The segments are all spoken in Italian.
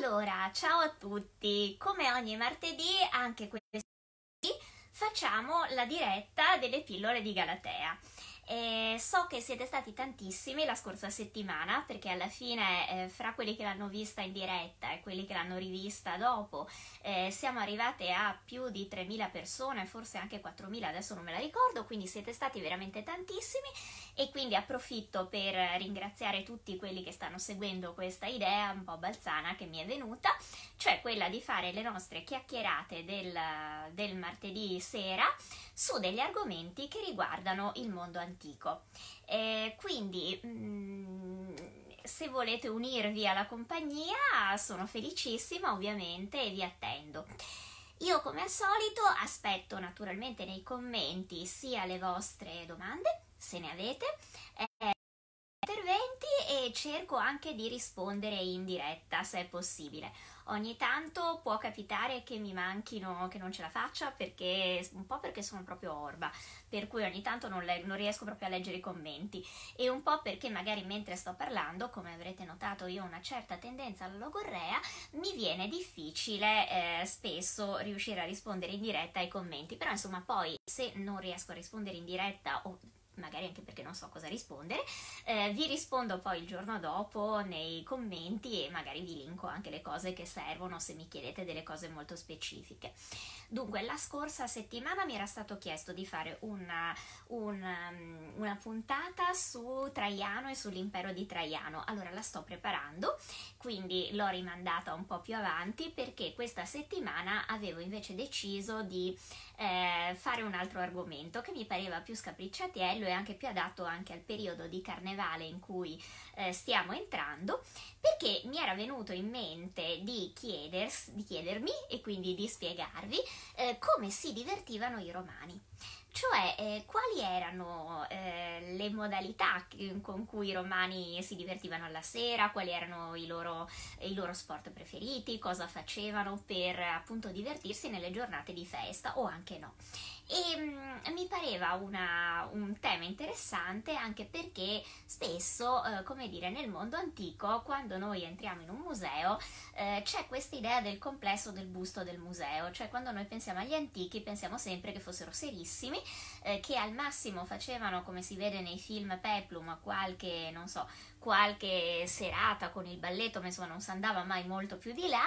Allora, ciao a tutti! Come ogni martedì, anche questi facciamo la diretta delle pillole di Galatea. So che siete stati tantissimi la scorsa settimana perché alla fine fra quelli che l'hanno vista in diretta e quelli che l'hanno rivista dopo siamo arrivate a più di 3.000 persone, forse anche 4.000, adesso non me la ricordo, quindi siete stati veramente tantissimi e quindi approfitto per ringraziare tutti quelli che stanno seguendo questa idea un po' balzana che mi è venuta, cioè quella di fare le nostre chiacchierate del martedì sera su degli argomenti che riguardano il mondo antico. Quindi se volete unirvi alla compagnia sono felicissima ovviamente e vi attendo. Io come al solito aspetto naturalmente nei commenti sia le vostre domande, se ne avete, interventi e cerco anche di rispondere in diretta se è possibile. Ogni tanto può capitare che mi manchino, che non ce la faccia perché un po' perché sono proprio orba, per cui ogni tanto non riesco proprio a leggere i commenti e un po' perché magari mentre sto parlando, come avrete notato io ho una certa tendenza alla logorrea, mi viene difficile spesso riuscire a rispondere in diretta ai commenti, però insomma poi se non riesco a rispondere in diretta o magari anche perché non so cosa rispondere, vi rispondo poi il giorno dopo nei commenti e magari vi linko anche le cose che servono se mi chiedete delle cose molto specifiche. Dunque, la scorsa settimana mi era stato chiesto di fare una puntata su Traiano e sull'impero di Traiano. Allora la sto preparando, quindi l'ho rimandata un po' più avanti perché questa settimana avevo invece deciso di fare un altro argomento che mi pareva più scapricciatiello e anche più adatto anche al periodo di carnevale in cui stiamo entrando, perché mi era venuto in mente di chiedermi e quindi di spiegarvi come si divertivano i romani. Cioè, quali erano le modalità con cui i romani si divertivano alla sera, quali erano i loro sport preferiti, cosa facevano per appunto divertirsi nelle giornate di festa o anche no. E mi pareva un tema interessante anche perché spesso, come dire, nel mondo antico, quando noi entriamo in un museo, c'è questa idea del complesso del busto del museo, cioè quando noi pensiamo agli antichi pensiamo sempre che fossero serissimi, che al massimo facevano, come si vede nei film Peplum, qualche serata con il balletto, ma insomma non si andava mai molto più di là,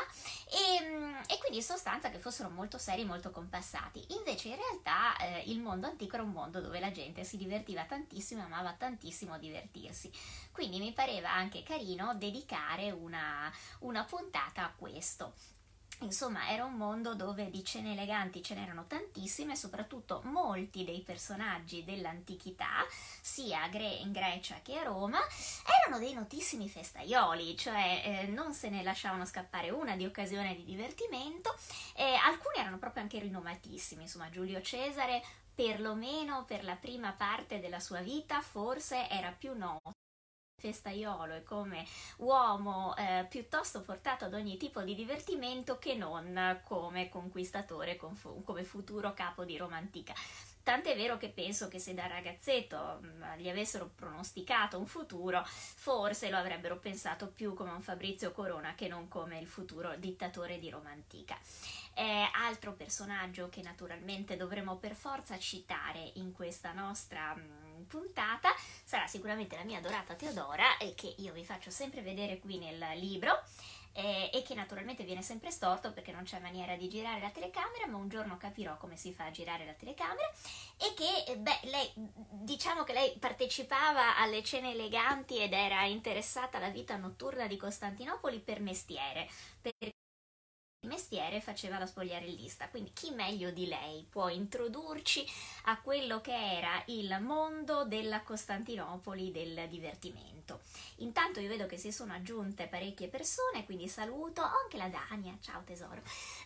e quindi in sostanza che fossero molto seri, molto compassati. Invece in realtà il mondo antico era un mondo dove la gente si divertiva tantissimo e amava tantissimo divertirsi, quindi mi pareva anche carino dedicare una puntata a questo. Insomma, era un mondo dove di cene eleganti ce n'erano tantissime, soprattutto molti dei personaggi dell'antichità, sia in Grecia che a Roma, erano dei notissimi festaioli, cioè non se ne lasciavano scappare una di occasione di divertimento, alcuni erano proprio anche rinomatissimi, insomma Giulio Cesare, perlomeno per la prima parte della sua vita, forse era più noto festaiolo e come uomo piuttosto portato ad ogni tipo di divertimento che non come conquistatore, come futuro capo di Roma antica. Tant'è vero che penso che se da ragazzetto gli avessero pronosticato un futuro, forse lo avrebbero pensato più come un Fabrizio Corona che non come il futuro dittatore di Roma antica. Altro personaggio che naturalmente dovremo per forza citare in questa nostra puntata sarà sicuramente la mia adorata Teodora, che io vi faccio sempre vedere qui nel libro, e che naturalmente viene sempre storto perché non c'è maniera di girare la telecamera, ma un giorno capirò come si fa a girare la telecamera, e che lei, diciamo che lei partecipava alle cene eleganti ed era interessata alla vita notturna di Costantinopoli per mestiere, perché il mestiere faceva la spogliarellista, quindi chi meglio di lei può introdurci a quello che era il mondo della Costantinopoli del divertimento. Intanto io vedo che si sono aggiunte parecchie persone, quindi saluto anche la Dania, ciao tesoro,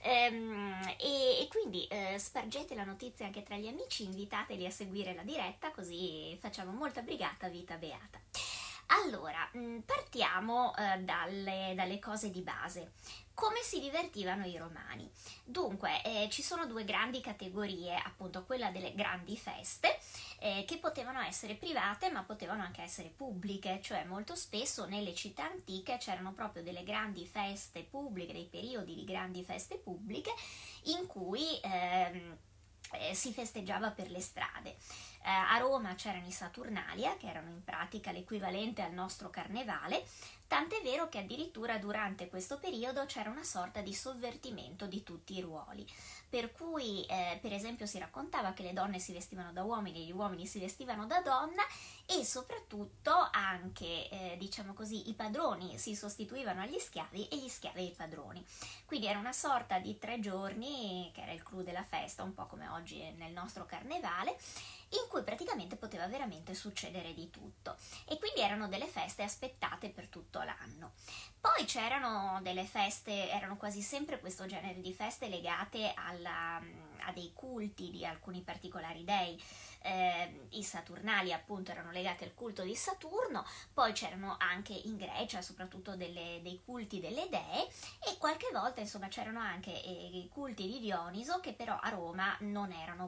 e quindi spargete la notizia anche tra gli amici, invitateli a seguire la diretta così facciamo molta brigata, vita beata. Allora, partiamo dalle cose di base. Come si divertivano i romani? Dunque, ci sono due grandi categorie, appunto quella delle grandi feste, che potevano essere private ma potevano anche essere pubbliche, cioè molto spesso nelle città antiche c'erano proprio delle grandi feste pubbliche, dei periodi di grandi feste pubbliche in cui si festeggiava per le strade. A Roma c'erano i Saturnalia, che erano in pratica l'equivalente al nostro carnevale, tant'è vero che addirittura durante questo periodo c'era una sorta di sovvertimento di tutti i ruoli, per cui per esempio si raccontava che le donne si vestivano da uomini e gli uomini si vestivano da donna, e soprattutto anche diciamo così, i padroni si sostituivano agli schiavi e gli schiavi ai padroni. Quindi era una sorta di 3 giorni che era il clou della festa, un po' come oggi nel nostro carnevale, in cui praticamente poteva veramente succedere di tutto, e quindi erano delle feste aspettate per tutto l'anno. Poi c'erano delle feste, erano quasi sempre questo genere di feste legate a dei culti di alcuni particolari dei. I Saturnali appunto erano legati al culto di Saturno, poi c'erano anche in Grecia soprattutto dei culti delle dee, e qualche volta insomma c'erano anche i culti di Dioniso, che però a Roma non erano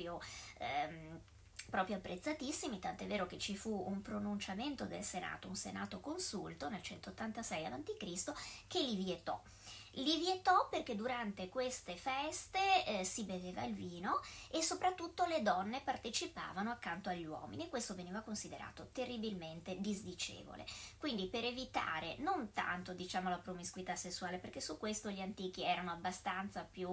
proprio apprezzatissimi, tant'è vero che ci fu un pronunciamento del Senato, un Senato consulto nel 186 a.C., che li vietò. Li vietò perché durante queste feste si beveva il vino e soprattutto le donne partecipavano accanto agli uomini, questo veniva considerato terribilmente disdicevole. Quindi per evitare non tanto diciamo la promiscuità sessuale, perché su questo gli antichi erano abbastanza più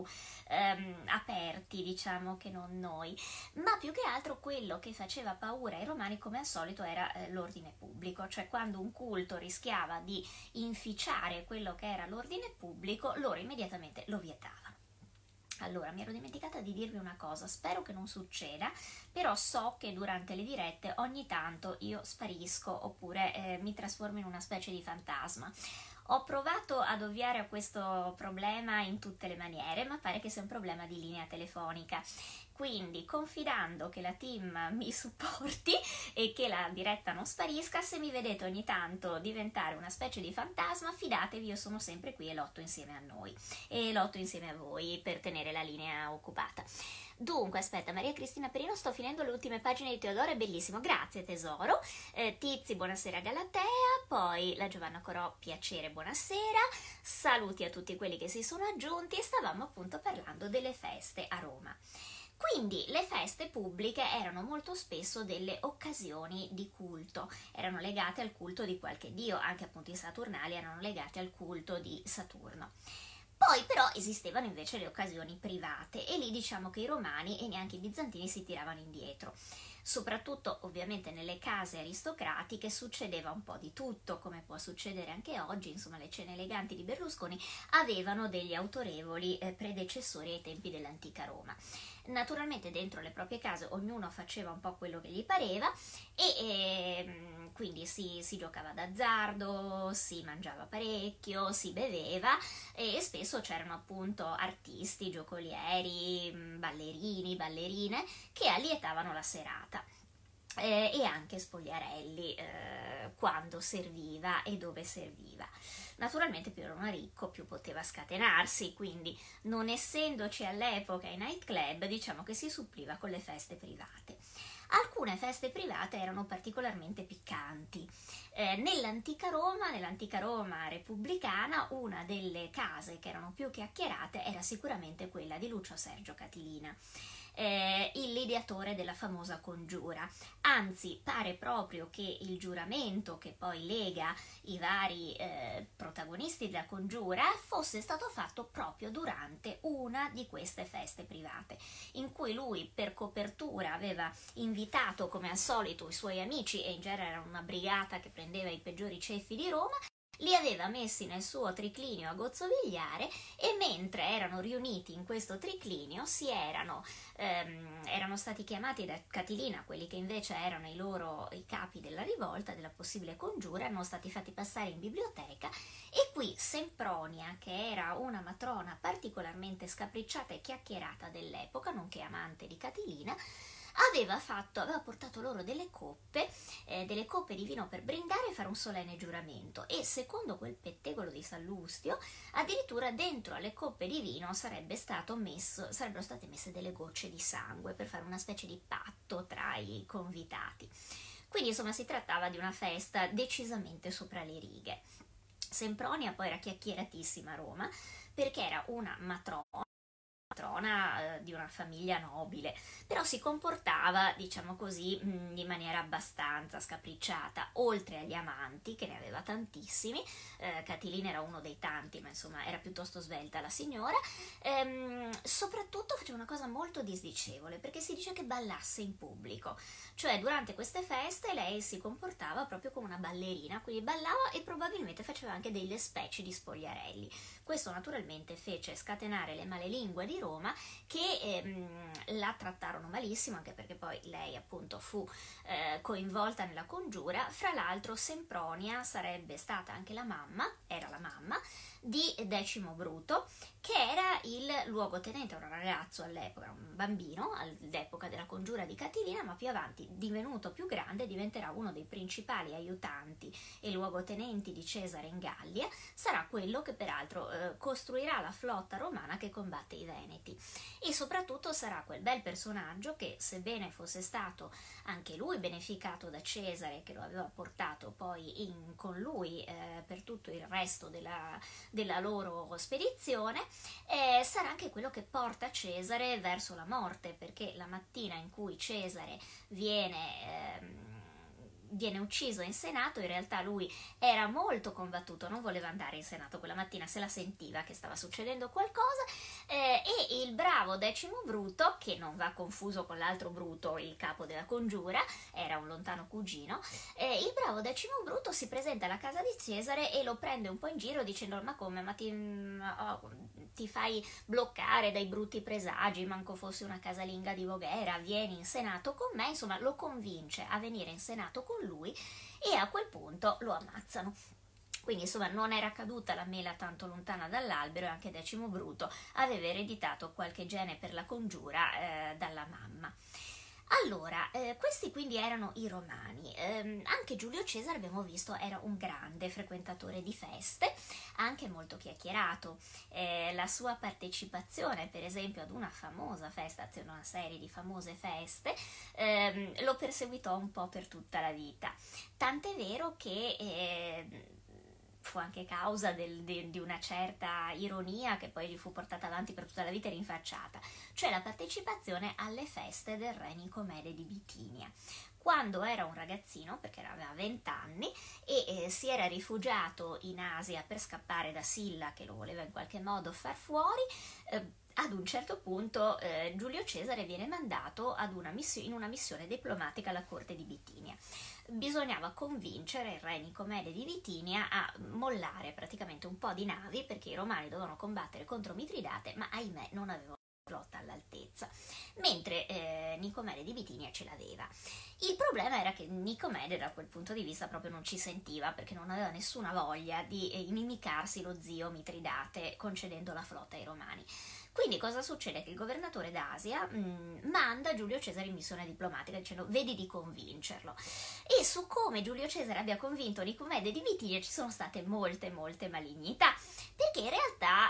aperti diciamo che non noi, ma più che altro quello che faceva paura ai romani come al solito era l'ordine pubblico, cioè quando un culto rischiava di inficiare quello che era l'ordine pubblico, loro immediatamente lo vietavano. Allora, mi ero dimenticata di dirvi una cosa, spero che non succeda, però so che durante le dirette ogni tanto io sparisco oppure mi trasformo in una specie di fantasma. Ho provato ad ovviare a questo problema in tutte le maniere, ma pare che sia un problema di linea telefonica. Quindi, confidando che la team mi supporti e che la diretta non sparisca, se mi vedete ogni tanto diventare una specie di fantasma, fidatevi, io sono sempre qui e lotto insieme a noi e lotto insieme a voi per tenere la linea occupata. Dunque, aspetta, Maria Cristina Perino, sto finendo le ultime pagine di Teodoro, è bellissimo, grazie tesoro. Tizi, buonasera Galatea, poi la Giovanna Corò, piacere, buonasera, saluti a tutti quelli che si sono aggiunti, e stavamo appunto parlando delle feste a Roma. Quindi le feste pubbliche erano molto spesso delle occasioni di culto, erano legate al culto di qualche dio, anche appunto i Saturnali erano legati al culto di Saturno. Poi però esistevano invece le occasioni private, e lì diciamo che i romani e neanche i bizantini si tiravano indietro. Soprattutto ovviamente nelle case aristocratiche succedeva un po' di tutto, come può succedere anche oggi, insomma le cene eleganti di Berlusconi avevano degli autorevoli predecessori ai tempi dell'antica Roma. Naturalmente dentro le proprie case ognuno faceva un po' quello che gli pareva, e quindi si giocava d'azzardo, si mangiava parecchio, si beveva, e spesso c'erano appunto artisti, giocolieri, ballerini, ballerine che allietavano la serata. E anche spogliarelli quando serviva e dove serviva. Naturalmente più era uno ricco più poteva scatenarsi, quindi non essendoci all'epoca i nightclub diciamo che si suppliva con le feste private. Alcune feste private erano particolarmente piccanti. Nell'antica Roma repubblicana, una delle case che erano più chiacchierate era sicuramente quella di Lucio Sergio Catilina, l'ideatore della famosa congiura. Anzi, pare proprio che il giuramento che poi lega i vari protagonisti della congiura fosse stato fatto proprio durante una di queste feste private, in cui lui per copertura aveva invitato come al solito i suoi amici, e in genere era una brigata che prendeva i peggiori ceffi di Roma, li aveva messi nel suo triclinio a gozzovigliare, e mentre erano riuniti in questo triclinio erano stati chiamati da Catilina, quelli che invece erano i capi della rivolta, della possibile congiura, erano stati fatti passare in biblioteca, e qui Sempronia, che era una matrona particolarmente scapricciata e chiacchierata dell'epoca, nonché amante di Catilina, aveva portato loro delle coppe di vino per brindare e fare un solenne giuramento, e secondo quel pettegolo di Sallustio addirittura dentro alle coppe di vino sarebbero state messe delle gocce di sangue per fare una specie di patto tra i convitati. Quindi insomma si trattava di una festa decisamente sopra le righe. Sempronia poi era chiacchieratissima a Roma perché era una matrona di una famiglia nobile, però si comportava, diciamo così, in maniera abbastanza scapricciata. Oltre agli amanti, che ne aveva tantissimi, Catilina era uno dei tanti, ma insomma era piuttosto svelta la signora, soprattutto faceva una cosa molto disdicevole, perché si dice che ballasse in pubblico, cioè durante queste feste lei si comportava proprio come una ballerina, quindi ballava e probabilmente faceva anche delle specie di spogliarelli. Questo naturalmente fece scatenare le malelingue di Roma, che la trattarono malissimo, anche perché poi lei appunto fu coinvolta nella congiura. Fra l'altro Sempronia sarebbe stata anche era la mamma di Decimo Bruto, che era il luogotenente, un ragazzo all'epoca, un bambino all'epoca della congiura di Catilina, ma più avanti, divenuto più grande, diventerà uno dei principali aiutanti e luogotenenti di Cesare in Gallia. Sarà quello che peraltro costruirà la flotta romana che combatte i Veneti, e soprattutto sarà quel bel personaggio che, sebbene fosse stato anche lui beneficato da Cesare, che lo aveva portato poi con lui per tutto il resto della loro spedizione, sarà anche quello che porta Cesare verso la morte, perché la mattina in cui Cesare viene ucciso in Senato, in realtà lui era molto combattuto, non voleva andare in Senato quella mattina, se la sentiva che stava succedendo qualcosa, e il bravo Decimo Bruto, che non va confuso con l'altro Bruto, il capo della congiura, era un lontano cugino, il bravo Decimo Bruto si presenta alla casa di Cesare e lo prende un po' in giro dicendo: ma come, ma ti fai bloccare dai brutti presagi, manco fossi una casalinga di Voghera, vieni in Senato con me. Insomma, lo convince a venire in Senato con lui, e a quel punto lo ammazzano. Quindi insomma non era caduta la mela tanto lontana dall'albero, e anche Decimo Bruto aveva ereditato qualche gene per la congiura dalla mamma. Allora, questi quindi erano i romani. Anche Giulio Cesare, abbiamo visto, era un grande frequentatore di feste, anche molto chiacchierato. La sua partecipazione, per esempio, ad una famosa festa, anzi una serie di famose feste, lo perseguitò un po' per tutta la vita. Tant'è vero che fu anche causa di una certa ironia che poi gli fu portata avanti per tutta la vita e rinfacciata, cioè la partecipazione alle feste del re Nicomede di Bitinia. Quando era un ragazzino, perché aveva 20 anni, e si era rifugiato in Asia per scappare da Silla, che lo voleva in qualche modo far fuori, ad un certo punto Giulio Cesare viene mandato in una missione diplomatica alla corte di Bitinia. Bisognava convincere il re Nicomede di Bitinia a mollare praticamente un po' di navi, perché i romani dovevano combattere contro Mitridate, ma ahimè non avevano flotta all'altezza, mentre Nicomede di Bitinia ce l'aveva. Il problema era che Nicomede da quel punto di vista proprio non ci sentiva, perché non aveva nessuna voglia di inimicarsi lo zio Mitridate concedendo la flotta ai romani. Quindi cosa succede? Che il governatore d'Asia manda Giulio Cesare in missione diplomatica dicendo: vedi di convincerlo. E su come Giulio Cesare abbia convinto Nicomede di Bitinia ci sono state molte malignità, perché in realtà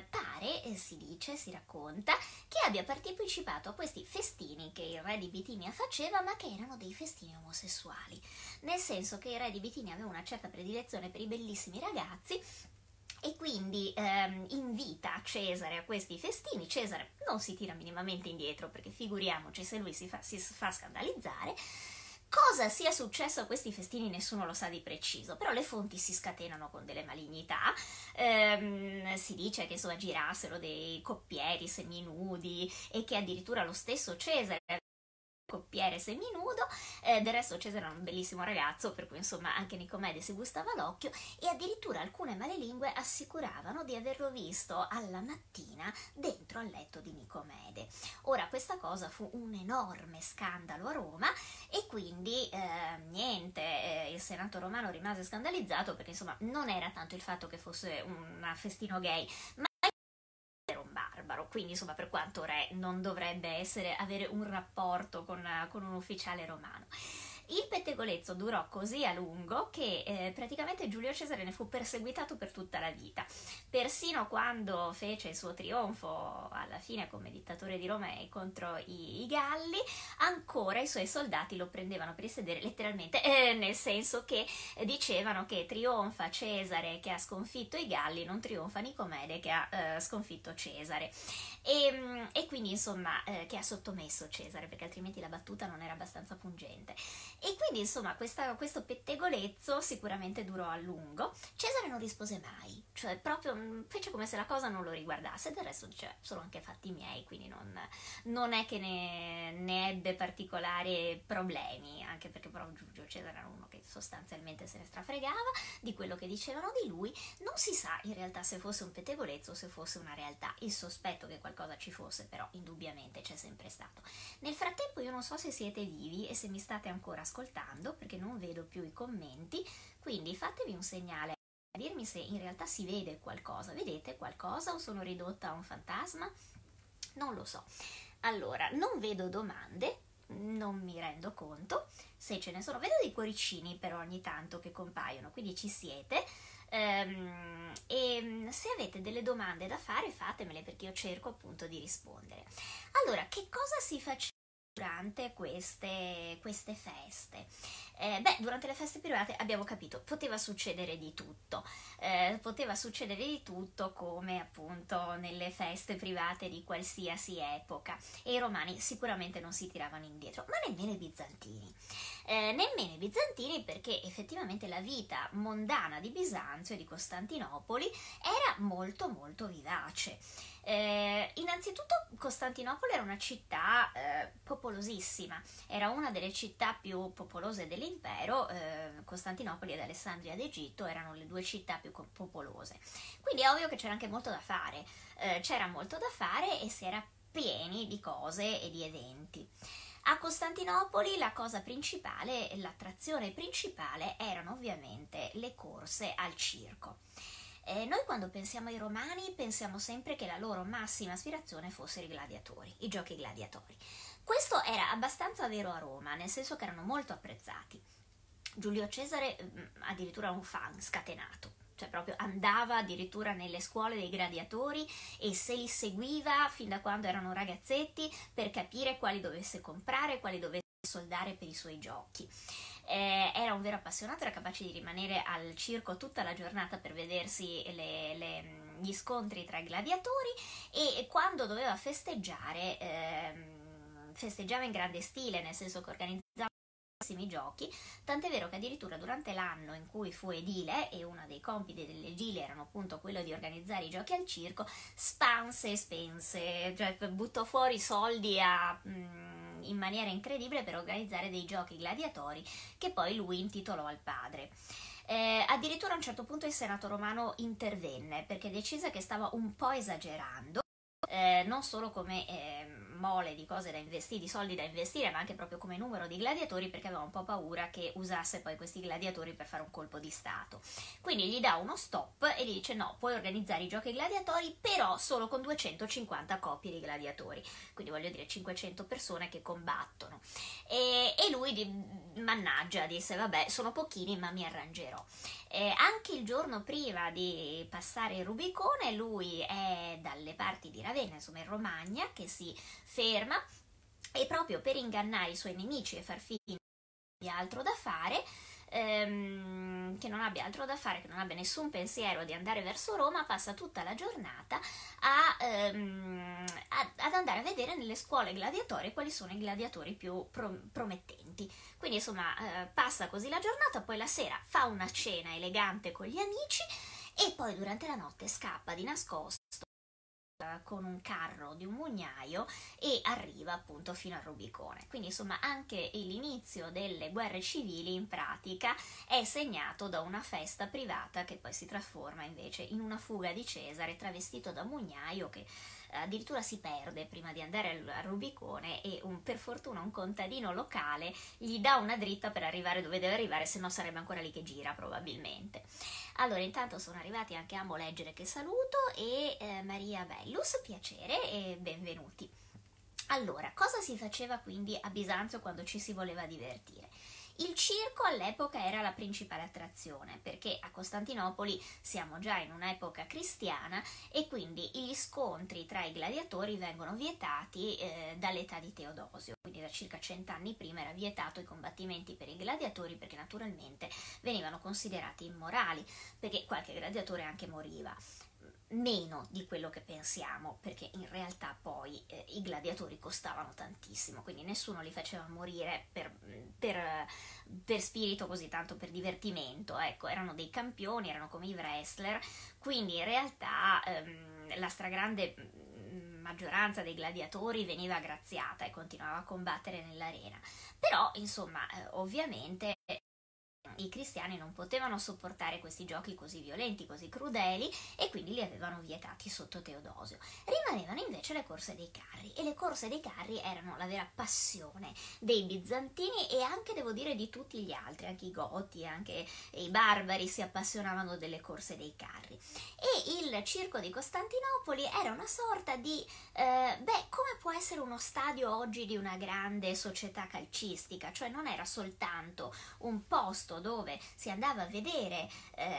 si racconta che abbia partecipato a questi festini che il re di Bitinia faceva, ma che erano dei festini omosessuali, nel senso che il re di Bitinia aveva una certa predilezione per i bellissimi ragazzi, e quindi invita Cesare a questi festini. Cesare non si tira minimamente indietro, perché figuriamoci se lui si fa scandalizzare. Cosa sia successo a questi festini nessuno lo sa di preciso, però le fonti si scatenano con delle malignità. Si dice che insomma girassero dei coppieri seminudi, e che addirittura lo stesso Cesare coppiere seminudo. Del resto Cesare era un bellissimo ragazzo, per cui insomma anche Nicomede si gustava l'occhio, e addirittura alcune malelingue assicuravano di averlo visto alla mattina dentro al letto di Nicomede. Ora, questa cosa fu un enorme scandalo a Roma, e quindi il Senato romano rimase scandalizzato, perché insomma non era tanto il fatto che fosse un festino gay, ma era un barbaro. barbaro, quindi insomma per quanto re non dovrebbe avere un rapporto con un ufficiale romano. Il pettegolezzo durò così a lungo che praticamente Giulio Cesare ne fu perseguitato per tutta la vita, persino quando fece il suo trionfo alla fine come dittatore di Roma contro i Galli, ancora i suoi soldati lo prendevano per il sedere letteralmente, nel senso che dicevano che trionfa Cesare che ha sconfitto i Galli, non trionfa Nicomede che ha sconfitto Cesare. E quindi insomma che ha sottomesso Cesare, perché altrimenti la battuta non era abbastanza pungente. E quindi insomma questo pettegolezzo sicuramente durò a lungo. Cesare non rispose mai, cioè proprio fece come se la cosa non lo riguardasse, del resto cioè, sono anche fatti miei, quindi non è che ne ebbe particolari problemi, anche perché però Giulio Cesare era uno che sostanzialmente se ne strafregava di quello che dicevano di lui. Non si sa in realtà se fosse un pettegolezzo o se fosse una realtà, il sospetto che qualcosa ci fosse però indubbiamente c'è sempre stato. Nel frattempo io non so se siete vivi e se mi state ancora ascoltando, perché non vedo più i commenti, quindi fatevi un segnale a dirmi se in realtà si vede qualcosa. Vedete qualcosa o sono ridotta a un fantasma? Non lo so. Allora, non vedo domande, non mi rendo conto, se ce ne sono, vedo dei cuoricini però ogni tanto che compaiono, quindi ci siete. E se avete delle domande da fare fatemele, perché io cerco appunto di rispondere. Allora, che cosa si faceva durante queste feste? Durante le feste private abbiamo capito, poteva succedere di tutto, come appunto nelle feste private di qualsiasi epoca, e i romani sicuramente non si tiravano indietro, ma nemmeno i bizantini. Perché effettivamente la vita mondana di Bisanzio e di Costantinopoli era molto molto vivace. Innanzitutto Costantinopoli era una città popolosissima, era una delle città più popolose dell'impero. Costantinopoli ed Alessandria d'Egitto erano le due città più popolose, quindi è ovvio che c'era anche molto da fare, e si era pieni di cose e di eventi. A Costantinopoli la cosa principale, l'attrazione principale erano ovviamente le corse al circo. Noi quando pensiamo ai romani pensiamo sempre che la loro massima aspirazione fossero i gladiatori, i giochi gladiatori. Questo era abbastanza vero a Roma, nel senso che erano molto apprezzati. Giulio Cesare addirittura un fan scatenato, cioè proprio andava addirittura nelle scuole dei gladiatori e se li seguiva fin da quando erano ragazzetti per capire quali dovesse comprare, quali dovesse soldare per i suoi giochi. Era un vero appassionato, era capace di rimanere al circo tutta la giornata per vedersi gli scontri tra i gladiatori, e quando doveva festeggiare festeggiava in grande stile, nel senso che organizzava giochi, tant'è vero che addirittura durante l'anno in cui fu edile, e uno dei compiti dell'edile erano appunto quello di organizzare i giochi al circo, spanse e spense, cioè buttò fuori soldi in maniera incredibile per organizzare dei giochi gladiatori che poi lui intitolò al padre. Addirittura a un certo punto il Senato romano intervenne perché decise che stava un po' esagerando, non solo come mole di cose da investire, di soldi da investire, ma anche proprio come numero di gladiatori, perché aveva un po' paura che usasse poi questi gladiatori per fare un colpo di stato. Quindi gli dà uno stop e gli dice: no, puoi organizzare i giochi gladiatori, però solo con 250 coppie di gladiatori, quindi voglio dire 500 persone che combattono. E lui mannaggia, disse: vabbè, sono pochini ma mi arrangerò. Anche il giorno prima di passare il Rubicone lui è dalle parti di Ravenna, insomma in Romagna, che si ferma, e proprio per ingannare i suoi nemici e far finta che non abbia nessun pensiero di andare verso Roma, passa tutta la giornata ad andare a vedere nelle scuole gladiatorie quali sono i gladiatori più promettenti. Quindi insomma passa così la giornata, poi la sera fa una cena elegante con gli amici e poi durante la notte scappa di nascosto con un carro di un mugnaio e arriva appunto fino al Rubicone. Quindi insomma anche l'inizio delle guerre civili in pratica è segnato da una festa privata che poi si trasforma invece in una fuga di Cesare travestito da mugnaio, che addirittura si perde prima di andare al Rubicone, e per fortuna un contadino locale gli dà una dritta per arrivare dove deve arrivare, se no sarebbe ancora lì che gira probabilmente. Allora intanto sono arrivati anche Amo Leggere che saluto e Maria Bella. bellus, piacere e benvenuti. Allora, cosa si faceva quindi a Bisanzio quando ci si voleva divertire? Il circo all'epoca era la principale attrazione, perché a Costantinopoli siamo già in un'epoca cristiana e quindi gli scontri tra i gladiatori vengono vietati dall'età di Teodosio, quindi da circa 100 anni prima era vietato i combattimenti per i gladiatori perché naturalmente venivano considerati immorali, perché qualche gladiatore anche moriva. Meno di quello che pensiamo, perché in realtà poi i gladiatori costavano tantissimo, quindi nessuno li faceva morire per spirito, così tanto per divertimento, ecco, erano dei campioni, erano come i wrestler, quindi in realtà la stragrande maggioranza dei gladiatori veniva graziata e continuava a combattere nell'arena, però insomma ovviamente i cristiani non potevano sopportare questi giochi così violenti, così crudeli, e quindi li avevano vietati sotto Teodosio. Rimanevano invece le corse dei carri, e le corse dei carri erano la vera passione dei bizantini e anche, devo dire, di tutti gli altri, anche i goti, anche i barbari si appassionavano delle corse dei carri. E il circo di Costantinopoli era una sorta di, come può essere uno stadio oggi di una grande società calcistica, cioè non era soltanto un posto dove si andava a vedere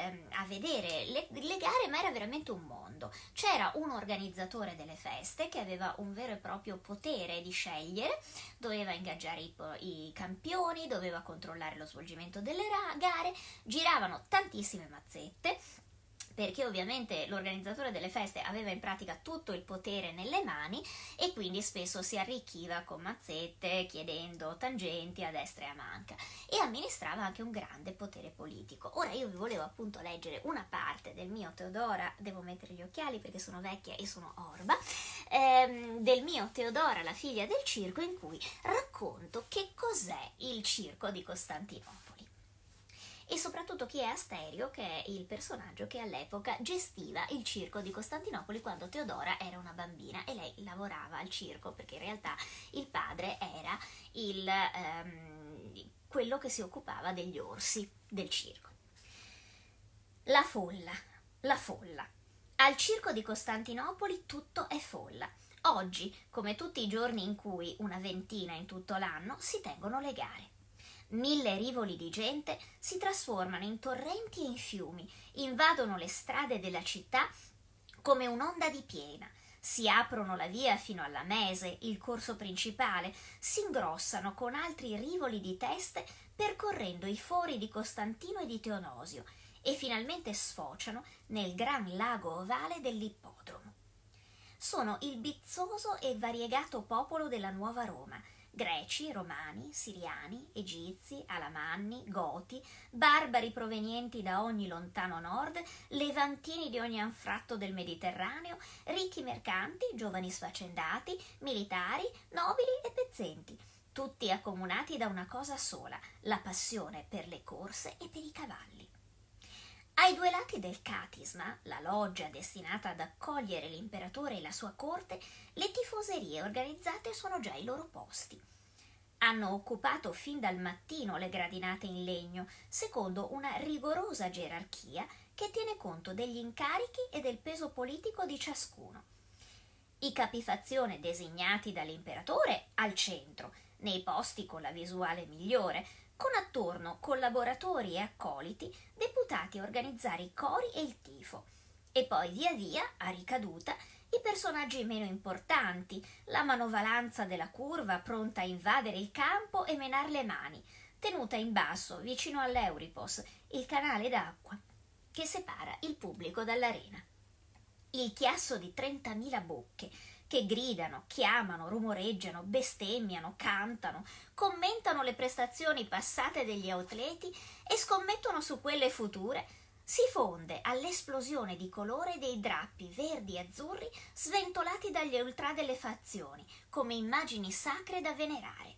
le gare, ma era veramente un mondo. C'era un organizzatore delle feste che aveva un vero e proprio potere di scegliere, doveva ingaggiare i campioni, doveva controllare lo svolgimento delle gare, giravano tantissime mazzette, perché ovviamente l'organizzatore delle feste aveva in pratica tutto il potere nelle mani e quindi spesso si arricchiva con mazzette, chiedendo tangenti a destra e a manca, e amministrava anche un grande potere politico. Ora io vi volevo appunto leggere una parte del mio Teodora, devo mettere gli occhiali perché sono vecchia e sono orba, del mio Teodora, la figlia del circo, in cui racconto che cos'è il circo di Costantinopoli. E soprattutto chi è Asterio, che è il personaggio che all'epoca gestiva il circo di Costantinopoli quando Teodora era una bambina e lei lavorava al circo, perché in realtà il padre era quello che si occupava degli orsi del circo. La folla. Al circo di Costantinopoli tutto è folla. Oggi, come tutti i giorni in cui una ventina in tutto l'anno, si tengono le gare. 1000 rivoli di gente si trasformano in torrenti e in fiumi, invadono le strade della città come un'onda di piena, si aprono la via fino alla Mese, il corso principale, si ingrossano con altri rivoli di teste percorrendo i fori di Costantino e di Teodosio e finalmente sfociano nel gran lago ovale dell'ippodromo. Sono il bizzoso e variegato popolo della Nuova Roma, greci, romani, siriani, egizi, alamanni, goti, barbari provenienti da ogni lontano nord, levantini di ogni anfratto del Mediterraneo, ricchi mercanti, giovani sfaccendati, militari, nobili e pezzenti, tutti accomunati da una cosa sola, la passione per le corse e per i cavalli. Ai due lati del catisma, la loggia destinata ad accogliere l'imperatore e la sua corte, le tifoserie organizzate sono già ai loro posti. Hanno occupato fin dal mattino le gradinate in legno, secondo una rigorosa gerarchia che tiene conto degli incarichi e del peso politico di ciascuno. I capifazione designati dall'imperatore al centro, nei posti con la visuale migliore, con attorno collaboratori e accoliti deputati a organizzare i cori e il tifo, e poi via via, a ricaduta, i personaggi meno importanti, la manovalanza della curva pronta a invadere il campo e menar le mani, tenuta in basso vicino all'Euripos, il canale d'acqua che separa il pubblico dall'arena. Il chiasso di 30.000 bocche che gridano, chiamano, rumoreggiano, bestemmiano, cantano, commentano le prestazioni passate degli atleti e scommettono su quelle future, si fonde all'esplosione di colore dei drappi verdi e azzurri sventolati dagli ultrà delle fazioni, come immagini sacre da venerare.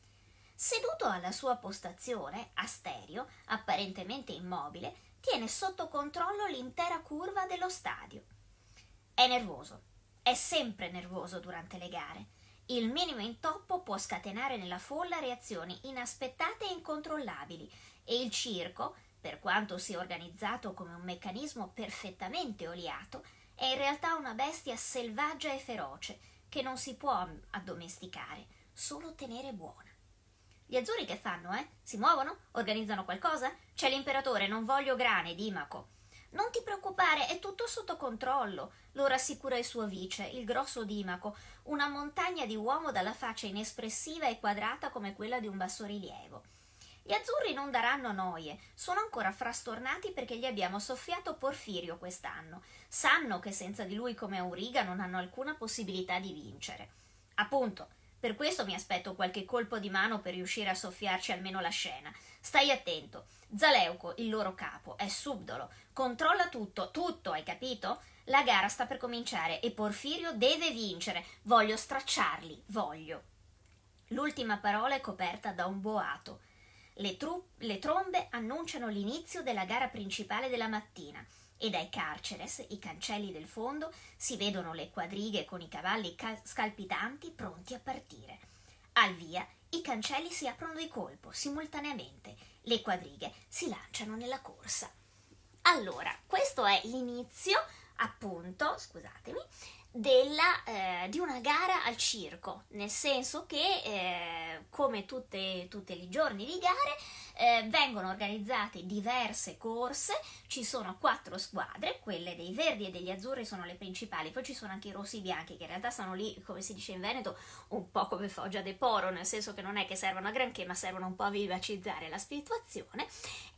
Seduto alla sua postazione, Asterio, apparentemente immobile, tiene sotto controllo l'intera curva dello stadio. È nervoso. È sempre nervoso durante le gare. Il minimo intoppo può scatenare nella folla reazioni inaspettate e incontrollabili, e il circo, per quanto sia organizzato come un meccanismo perfettamente oliato, È in realtà una bestia selvaggia e feroce che non si può addomesticare, solo tenere buona. Gli azzurri che fanno, Si muovono? Organizzano qualcosa? C'è l'imperatore, non voglio grane, Dimaco. Non ti preoccupare, è tutto sotto controllo, lo rassicura il suo vice, il grosso Dimaco, una montagna di uomo dalla faccia inespressiva e quadrata come quella di un bassorilievo. Gli azzurri non daranno noie, sono ancora frastornati perché gli abbiamo soffiato Porfirio quest'anno. Sanno che senza di lui come Auriga non hanno alcuna possibilità di vincere. Appunto, per questo mi aspetto qualche colpo di mano per riuscire a soffiarci almeno la scena. Stai attento, Zaleuco, il loro capo, è subdolo, controlla tutto, tutto, hai capito? La gara sta per cominciare e Porfirio deve vincere, voglio stracciarli, voglio. L'ultima parola è coperta da un boato. Le trombe annunciano l'inizio della gara principale della mattina e dai carceres, i cancelli del fondo, si vedono le quadrighe con i cavalli scalpitanti pronti a partire. Al via, i cancelli si aprono di colpo, simultaneamente. Le quadrighe si lanciano nella corsa. Allora, questo è l'inizio, appunto, scusatemi, di una gara al circo, nel senso che come tutti i giorni di gare vengono organizzate diverse corse, ci sono 4 squadre, quelle dei verdi e degli azzurri sono le principali, poi ci sono anche i rossi e i bianchi che in realtà stanno lì, come si dice in Veneto, un po' come Foggia de Poro, nel senso che non è che servono a granché ma servono un po' a vivacizzare la situazione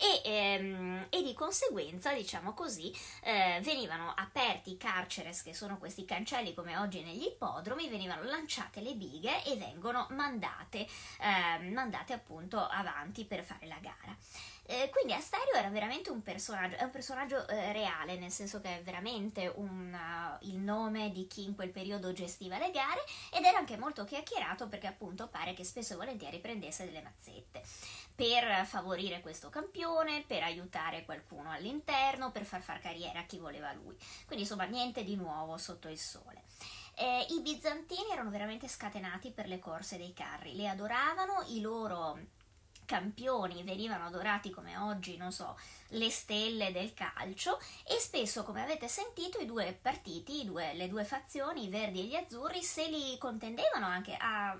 e di conseguenza, diciamo così, venivano aperti i carceres, che sono questi cancelli come oggi negli ippodromi, venivano lanciate le bighe e vengono mandate appunto avanti per fare la gara. Quindi Asterio era veramente un personaggio reale, nel senso che è veramente il nome di chi in quel periodo gestiva le gare, ed era anche molto chiacchierato perché appunto pare che spesso e volentieri prendesse delle mazzette per favorire questo campione, per aiutare qualcuno all'interno, per far carriera a chi voleva lui. Quindi insomma niente di nuovo sotto il sole. I bizantini erano veramente scatenati per le corse dei carri, le adoravano, i loro campioni venivano adorati come oggi, non so, le stelle del calcio, e spesso, come avete sentito, i due partiti, le due fazioni, i verdi e gli azzurri, se li contendevano anche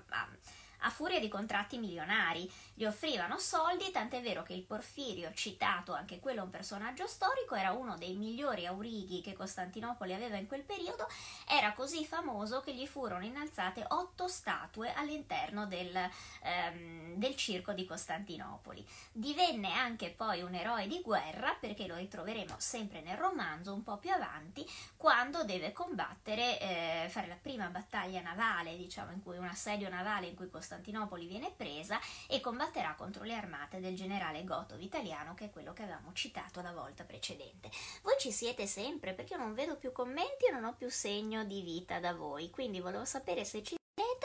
a furia di contratti milionari, gli offrivano soldi, tant'è vero che il Porfirio, citato, anche quello un personaggio storico, era uno dei migliori aurighi che Costantinopoli aveva in quel periodo, era così famoso che gli furono innalzate 8 statue all'interno del circo di Costantinopoli. Divenne anche poi un eroe di guerra, perché lo ritroveremo sempre nel romanzo un po' più avanti, quando deve combattere, fare la prima battaglia navale, diciamo, in cui un assedio navale in cui Costantinopoli viene presa, e combatterà contro le armate del generale Goto Vitaliano, che è quello che avevamo citato la volta precedente. Voi ci siete sempre? Perché io non vedo più commenti e non ho più segno di vita da voi, quindi volevo sapere se ci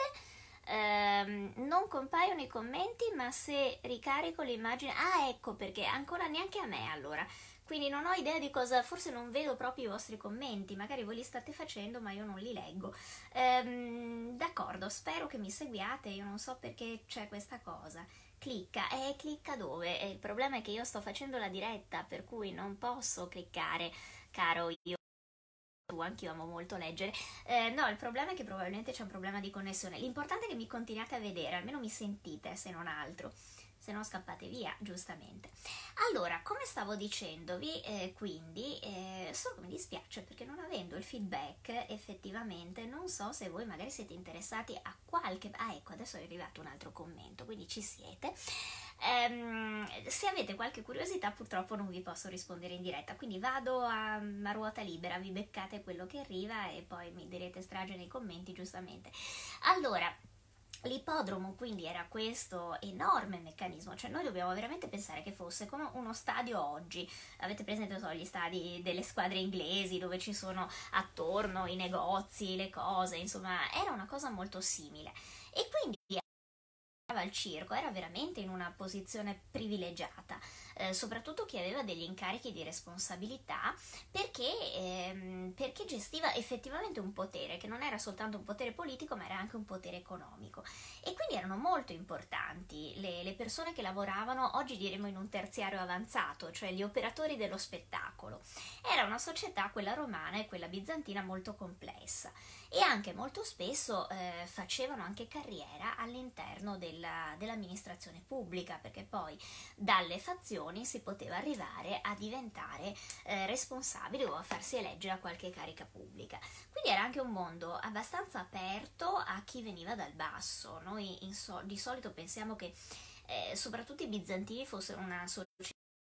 siete. Non compaiono i commenti, ma se ricarico l'immagine... Ah, ecco perché, ancora neanche a me allora. Quindi non ho idea di cosa, forse non vedo proprio i vostri commenti, magari voi li state facendo ma io non li leggo. D'accordo, spero che mi seguiate, io non so perché c'è questa cosa. Clicca dove? Il problema è che io sto facendo la diretta, per cui non posso cliccare, caro io. Anch'io amo molto leggere. No, il problema è che probabilmente c'è un problema di connessione. L'importante è che mi continuate a vedere, almeno mi sentite, se non altro. Se no scappate via, giustamente. Allora, come stavo dicendovi, quindi, solo che mi dispiace perché non avendo il feedback, effettivamente, non so se voi magari siete interessati a qualche... Ah, ecco, adesso è arrivato un altro commento, quindi ci siete. Se avete qualche curiosità, purtroppo non vi posso rispondere in diretta, quindi vado a ruota libera, vi beccate quello che arriva e poi mi direte strage nei commenti, giustamente. Allora, l'ippodromo quindi era questo enorme meccanismo, cioè noi dobbiamo veramente pensare che fosse come uno stadio oggi. Avete presente, so, gli stadi delle squadre inglesi dove ci sono attorno i negozi, le cose, insomma era una cosa molto simile, e quindi al circo era veramente in una posizione privilegiata, soprattutto chi aveva degli incarichi di responsabilità, perché gestiva effettivamente un potere che non era soltanto un potere politico, ma era anche un potere economico. E quindi erano molto importanti le persone che lavoravano, oggi diremo in un terziario avanzato, cioè gli operatori dello spettacolo. Era una società, quella romana e quella bizantina, molto complessa, e anche molto spesso facevano anche carriera all'interno dell'amministrazione pubblica, perché poi dalle fazioni si poteva arrivare a diventare responsabili o a farsi eleggere a qualche carica pubblica. Quindi era anche un mondo abbastanza aperto a chi veniva dal basso. Noi di solito pensiamo che soprattutto i bizantini fossero una società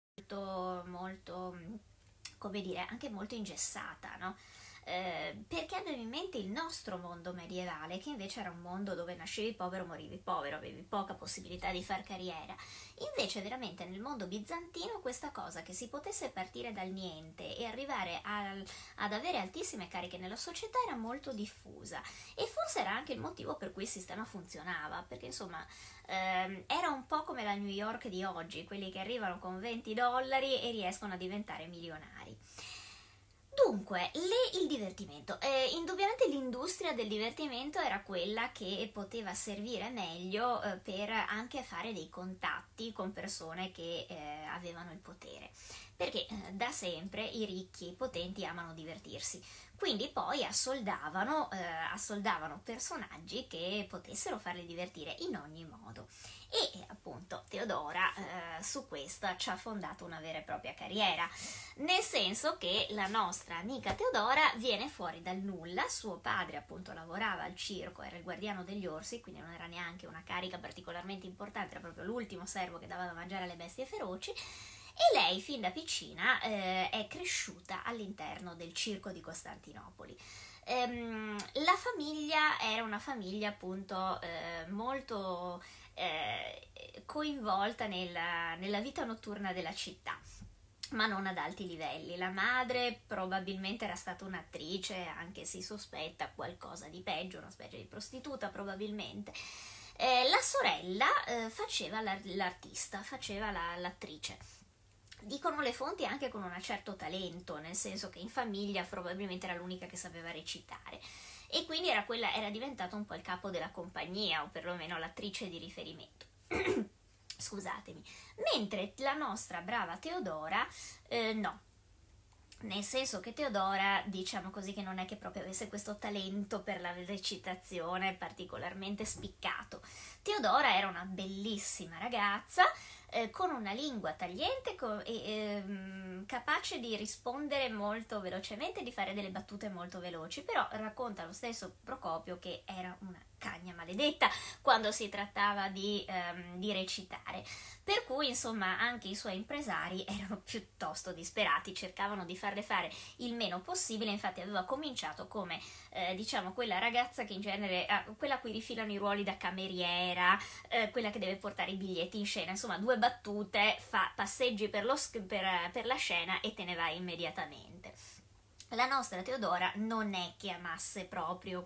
molto, come dire, anche molto ingessata, no? Perché avevo in mente il nostro mondo medievale, che invece era un mondo dove nascevi povero, morivi povero, avevi poca possibilità di far carriera. Invece veramente nel mondo bizantino questa cosa che si potesse partire dal niente e arrivare ad avere altissime cariche nella società era molto diffusa, e forse era anche il motivo per cui il sistema funzionava, perché insomma era un po' come la New York di oggi, quelli che arrivano con $20 e riescono a diventare milionari. Dunque, il divertimento. Indubbiamente l'industria del divertimento era quella che poteva servire meglio per anche fare dei contatti con persone che avevano il potere, perché da sempre i ricchi e i potenti amano divertirsi, quindi poi assoldavano personaggi che potessero farli divertire in ogni modo. E appunto Teodora su questa ci ha fondato una vera e propria carriera, nel senso che la nostra amica Teodora viene fuori dal nulla. Suo padre appunto lavorava al circo, era il guardiano degli orsi, quindi non era neanche una carica particolarmente importante, era proprio l'ultimo servo che dava da mangiare alle bestie feroci, e lei fin da piccina è cresciuta all'interno del circo di Costantinopoli. La famiglia era una famiglia appunto molto coinvolta nella vita notturna della città, ma non ad alti livelli. La madre probabilmente era stata un'attrice, anche si sospetta qualcosa di peggio, una specie di prostituta probabilmente. La sorella faceva l'artista, faceva l'attrice. Dicono le fonti anche con un certo talento, nel senso che in famiglia probabilmente era l'unica che sapeva recitare, e quindi era diventata un po' il capo della compagnia, o perlomeno l'attrice di riferimento. Scusatemi. Mentre la nostra brava Teodora no, nel senso che Teodora, diciamo così, che non è che proprio avesse questo talento per la recitazione particolarmente spiccato. Teodora era una bellissima ragazza con una lingua tagliente e capace di rispondere molto velocemente, di fare delle battute molto veloci, però racconta lo stesso Procopio che era una cagna maledetta quando si trattava di recitare, per cui insomma anche i suoi impresari erano piuttosto disperati, cercavano di farle fare il meno possibile. Infatti aveva cominciato come diciamo quella ragazza che in genere quella a cui rifilano i ruoli da cameriera, quella che deve portare i biglietti in scena, insomma 2 battute, passeggi per la scena e te ne vai immediatamente. La nostra Teodora non è che amasse proprio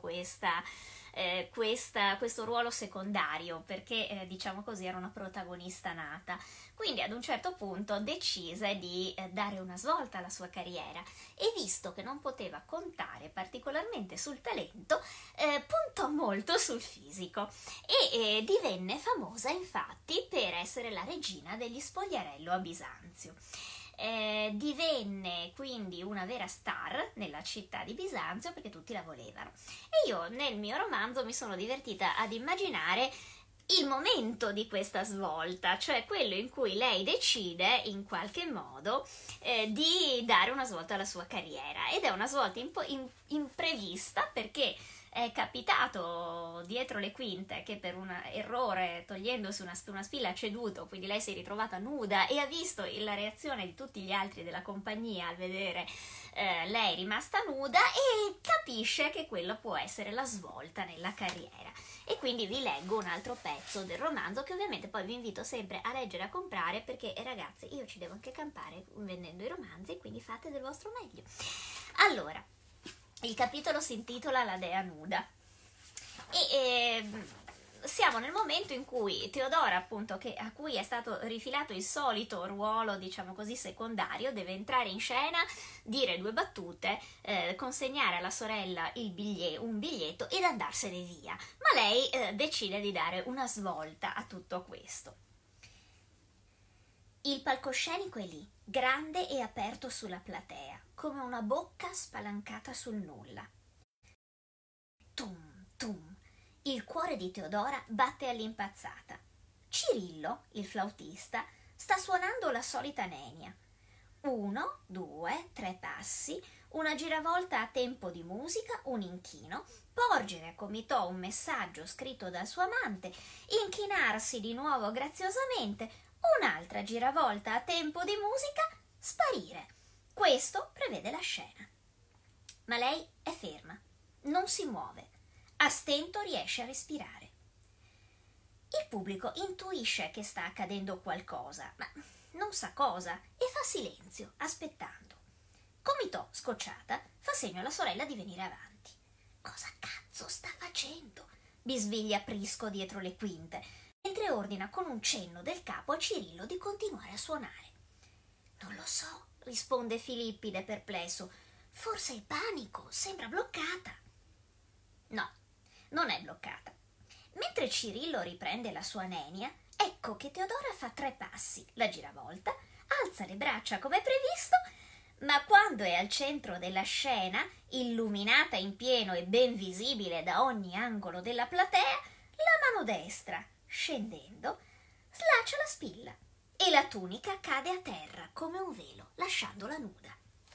questo ruolo secondario, perché diciamo così era una protagonista nata, quindi ad un certo punto decise di dare una svolta alla sua carriera, e visto che non poteva contare particolarmente sul talento, puntò molto sul fisico e divenne famosa infatti per essere la regina degli spogliarello a Bisanzio. Divenne quindi una vera star nella città di Bisanzio perché tutti la volevano, e io nel mio romanzo mi sono divertita ad immaginare il momento di questa svolta, cioè quello in cui lei decide in qualche modo di dare una svolta alla sua carriera, ed è una svolta imprevista, perché è capitato dietro le quinte che per un errore, togliendosi una spilla, ha ceduto, quindi lei si è ritrovata nuda e ha visto la reazione di tutti gli altri della compagnia al vedere lei rimasta nuda, e capisce che quella può essere la svolta nella carriera. E quindi vi leggo un altro pezzo del romanzo, che ovviamente poi vi invito sempre a leggere e a comprare, perché ragazzi io ci devo anche campare vendendo i romanzi, quindi fate del vostro meglio. Allora, il capitolo si intitola La dea nuda, e siamo nel momento in cui Teodora, appunto, a cui è stato rifilato il solito ruolo, diciamo così, secondario, deve entrare in scena, dire 2 battute, consegnare alla sorella un biglietto ed andarsene via. Ma lei decide di dare una svolta a tutto questo. Il palcoscenico è lì, grande e aperto sulla platea, come una bocca spalancata sul nulla. Tum, tum. Il cuore di Teodora batte all'impazzata. Cirillo, il flautista, sta suonando la solita nenia. 1, 2, 3 passi, una giravolta a tempo di musica, un inchino, porgere a Comitò un messaggio scritto dal suo amante, inchinarsi di nuovo graziosamente, un'altra giravolta a tempo di musica, sparire. Questo prevede la scena. Ma lei è ferma, non si muove, a stento riesce a respirare. Il pubblico intuisce che sta accadendo qualcosa, ma non sa cosa e fa silenzio, aspettando. Comitò, scocciata, fa segno alla sorella di venire avanti. Cosa cazzo sta facendo? Bisbiglia Prisco dietro le quinte, mentre ordina con un cenno del capo a Cirillo di continuare a suonare. Non lo so, risponde Filippide perplesso. Forse il panico, sembra bloccata. No, non è bloccata. Mentre Cirillo riprende la sua nenia, ecco che Teodora fa 3 passi, la giravolta, alza le braccia come previsto, ma quando è al centro della scena, illuminata in pieno e ben visibile da ogni angolo della platea, la mano destra, scendendo, slaccia la spilla e la tunica cade a terra come un velo, lasciandola nuda.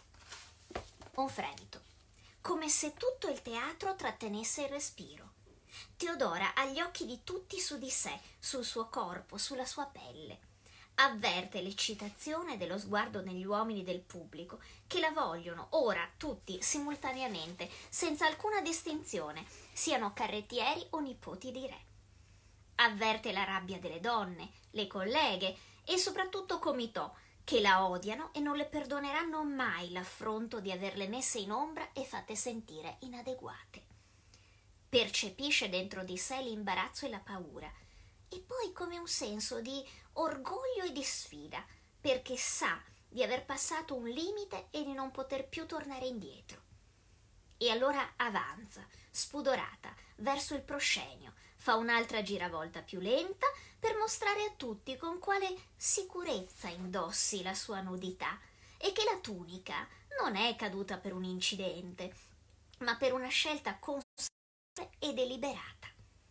Un fremito, come se tutto il teatro trattenesse il respiro. Teodora ha gli occhi di tutti su di sé, sul suo corpo, sulla sua pelle. Avverte l'eccitazione dello sguardo negli uomini del pubblico, che la vogliono ora tutti simultaneamente, senza alcuna distinzione, siano carrettieri o nipoti di re. Avverte la rabbia delle donne, le colleghe e soprattutto Comitò, che la odiano e non le perdoneranno mai l'affronto di averle messe in ombra e fatte sentire inadeguate. Percepisce dentro di sé l'imbarazzo e la paura, e poi come un senso di orgoglio e di sfida, perché sa di aver passato un limite e di non poter più tornare indietro. E allora avanza, spudorata, verso il proscenio, fa un'altra giravolta più lenta per mostrare a tutti con quale sicurezza indossi la sua nudità e che la tunica non è caduta per un incidente, ma per una scelta consapevole e deliberata.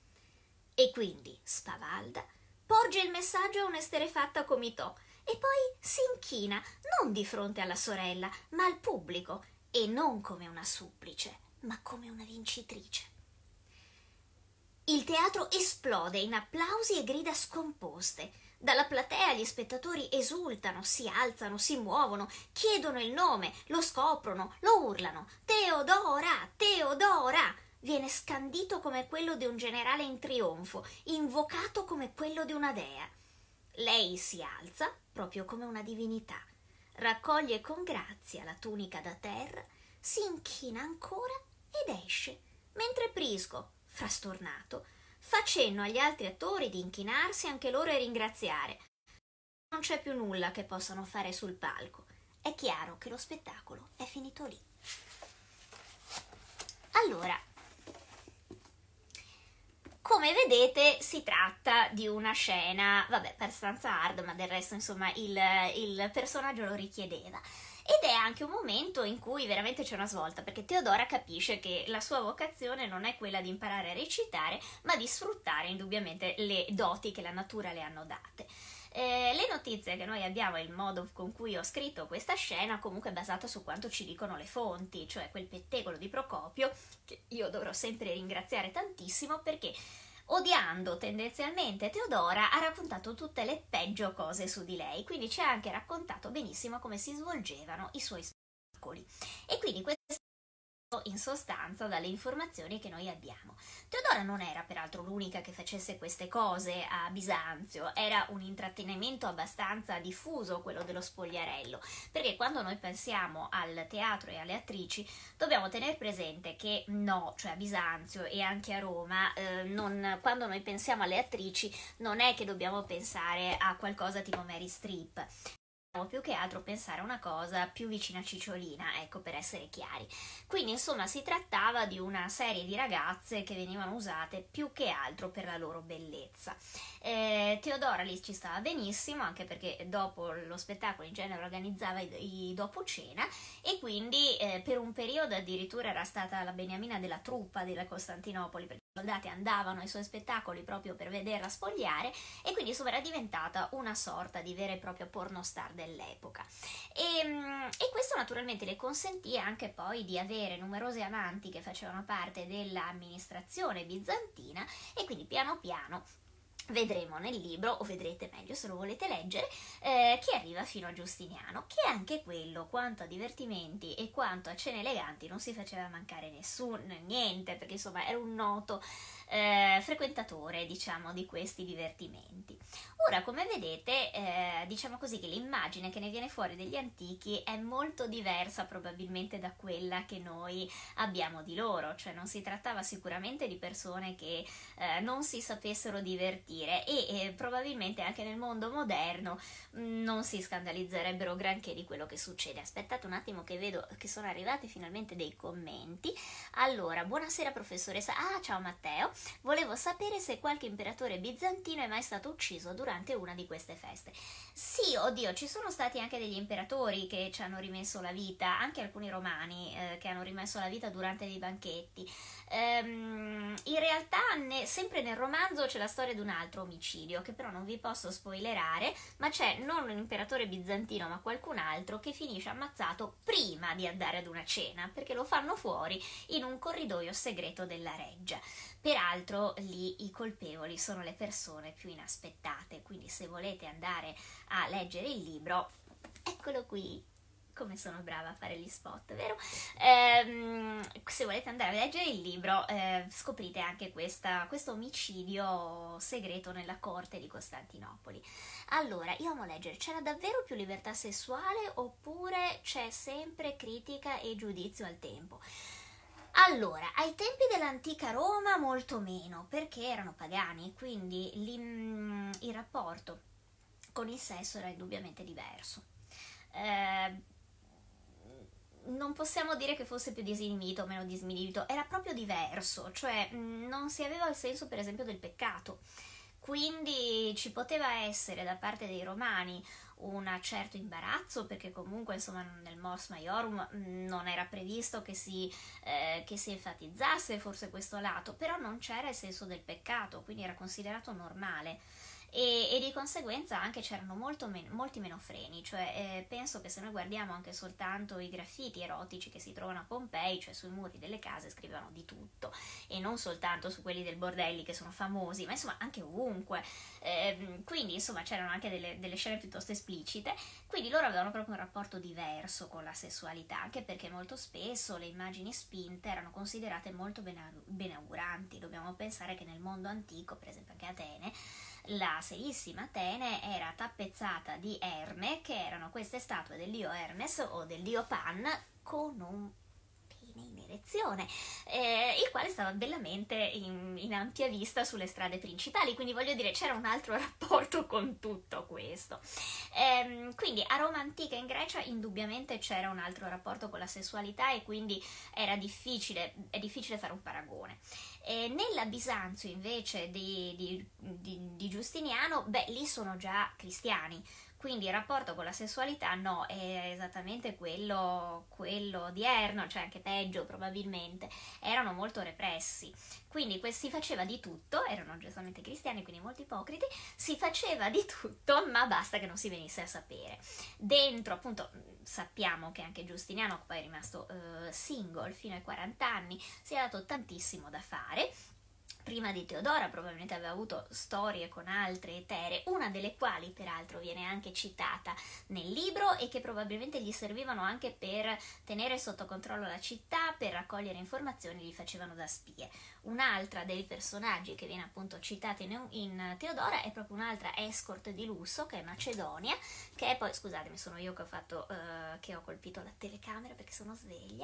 E quindi, spavalda, porge il messaggio a un'esterefatta Comitò e poi si inchina non di fronte alla sorella, ma al pubblico, e non come una supplice, ma come una vincitrice. Il teatro esplode in applausi e grida scomposte. Dalla platea gli spettatori esultano, si alzano, si muovono, chiedono il nome, lo scoprono, lo urlano. Teodora! Teodora! Viene scandito come quello di un generale in trionfo, invocato come quello di una dea. Lei si alza, proprio come una divinità, raccoglie con grazia la tunica da terra, si inchina ancora ed esce, mentre Prisco, frastornato, fa cenno agli altri attori di inchinarsi anche loro e ringraziare. Non c'è più nulla che possano fare sul palco. È chiaro che lo spettacolo è finito lì. Allora, come vedete si tratta di una scena, vabbè, abbastanza hard, ma del resto insomma il personaggio lo richiedeva. Ed è anche un momento in cui veramente c'è una svolta, perché Teodora capisce che la sua vocazione non è quella di imparare a recitare, ma di sfruttare indubbiamente le doti che la natura le hanno date. Le notizie che noi abbiamo e il modo con cui ho scritto questa scena comunque è basata su quanto ci dicono le fonti, cioè quel pettegolo di Procopio, che io dovrò sempre ringraziare tantissimo perché, odiando tendenzialmente Teodora, ha raccontato tutte le peggio cose su di lei, quindi ci ha anche raccontato benissimo come si svolgevano i suoi spettacoli. E quindi questo sostanza dalle informazioni che noi abbiamo. Teodora non era peraltro l'unica che facesse queste cose a Bisanzio, era un intrattenimento abbastanza diffuso quello dello spogliarello, perché quando noi pensiamo al teatro e alle attrici dobbiamo tenere presente che cioè a Bisanzio e anche a Roma, quando noi pensiamo alle attrici non è che dobbiamo pensare a qualcosa tipo Mary Streep, più che altro pensare a una cosa più vicina a Cicciolina, ecco, per essere chiari. Quindi insomma si trattava di una serie di ragazze che venivano usate più che altro per la loro bellezza. Teodora lì ci stava benissimo, anche perché dopo lo spettacolo in genere organizzava i dopo cena, e quindi per un periodo addirittura era stata la beniamina della truppa della Costantinopoli, perché i soldati andavano ai suoi spettacoli proprio per vederla spogliare, e quindi insomma era diventata una sorta di vera e propria pornostar dell'epoca. E questo naturalmente le consentì anche poi di avere numerose amanti che facevano parte dell'amministrazione bizantina, e quindi piano piano vedremo nel libro, o vedrete meglio se lo volete leggere, che arriva fino a Giustiniano, che anche quello, quanto a divertimenti e quanto a cene eleganti, non si faceva mancare niente, perché insomma era un noto frequentatore, diciamo, di questi divertimenti. Ora, come vedete, diciamo così che l'immagine che ne viene fuori degli antichi è molto diversa probabilmente da quella che noi abbiamo di loro, cioè non si trattava sicuramente di persone che non si sapessero divertire, e probabilmente anche nel mondo moderno non si scandalizzerebbero granché di quello che succede. Aspettate un attimo che vedo che sono arrivati finalmente dei commenti. Allora, buonasera professoressa. Ciao Matteo, volevo sapere se qualche imperatore bizantino è mai stato ucciso durante una di queste feste. Sì, oddio, ci sono stati anche degli imperatori che ci hanno rimesso la vita, anche alcuni romani che hanno rimesso la vita durante dei banchetti. In realtà sempre nel romanzo c'è la storia di un altro omicidio che però non vi posso spoilerare, ma c'è non un imperatore bizantino ma qualcun altro che finisce ammazzato prima di andare ad una cena, perché lo fanno fuori in un corridoio segreto della reggia. Peraltro lì i colpevoli sono le persone più inaspettate, quindi se volete andare a leggere il libro, eccolo qui. Come sono brava a fare gli spot, vero? Se volete andare a leggere il libro, scoprite anche questo omicidio segreto nella corte di Costantinopoli. Allora, io amo leggere. C'era davvero più libertà sessuale oppure c'è sempre critica e giudizio al tempo? Allora, ai tempi dell'antica Roma molto meno, perché erano pagani, quindi il rapporto con il sesso era indubbiamente diverso. Non possiamo dire che fosse più disinibito o meno disinibito, era proprio diverso, cioè non si aveva il senso per esempio del peccato, quindi ci poteva essere da parte dei romani un certo imbarazzo, perché comunque insomma nel Mors Maiorum non era previsto che si enfatizzasse forse questo lato, però non c'era il senso del peccato, quindi era considerato normale. E di conseguenza anche c'erano molti meno freni, cioè penso che se noi guardiamo anche soltanto i graffiti erotici che si trovano a Pompei, cioè sui muri delle case scrivevano di tutto, e non soltanto su quelli del bordelli che sono famosi, ma insomma anche ovunque, quindi insomma c'erano anche delle scene piuttosto esplicite, quindi loro avevano proprio un rapporto diverso con la sessualità, anche perché molto spesso le immagini spinte erano considerate molto benauguranti. Dobbiamo pensare che nel mondo antico, per esempio anche Atene, la serissima Atene era tappezzata di Erme, che erano queste statue del dio Hermes o del dio Pan con un pene in erezione, il quale stava bellamente in ampia vista sulle strade principali, quindi voglio dire c'era un altro rapporto con tutto questo. Quindi a Roma antica e in Grecia indubbiamente c'era un altro rapporto con la sessualità, e quindi è difficile fare un paragone. Nella Bisanzio invece di Giustiniano, lì sono già cristiani, quindi il rapporto con la sessualità no, è esattamente quello odierno, cioè anche peggio probabilmente, erano molto repressi, quindi si faceva di tutto, erano giustamente cristiani, quindi molto ipocriti, si faceva di tutto, ma basta che non si venisse a sapere. Dentro appunto sappiamo che anche Giustiniano, poi è rimasto single fino ai 40 anni, si è dato tantissimo da fare. prima di Teodora probabilmente aveva avuto storie con altre etere, una delle quali peraltro viene anche citata nel libro e che probabilmente gli servivano anche per tenere sotto controllo la città, per raccogliere informazioni, gli facevano da spie. Un'altra dei personaggi che viene appunto citata in Teodora è proprio un'altra escort di lusso, che è Macedonia, che è poi, scusatemi, sono io che ho colpito la telecamera perché sono sveglia.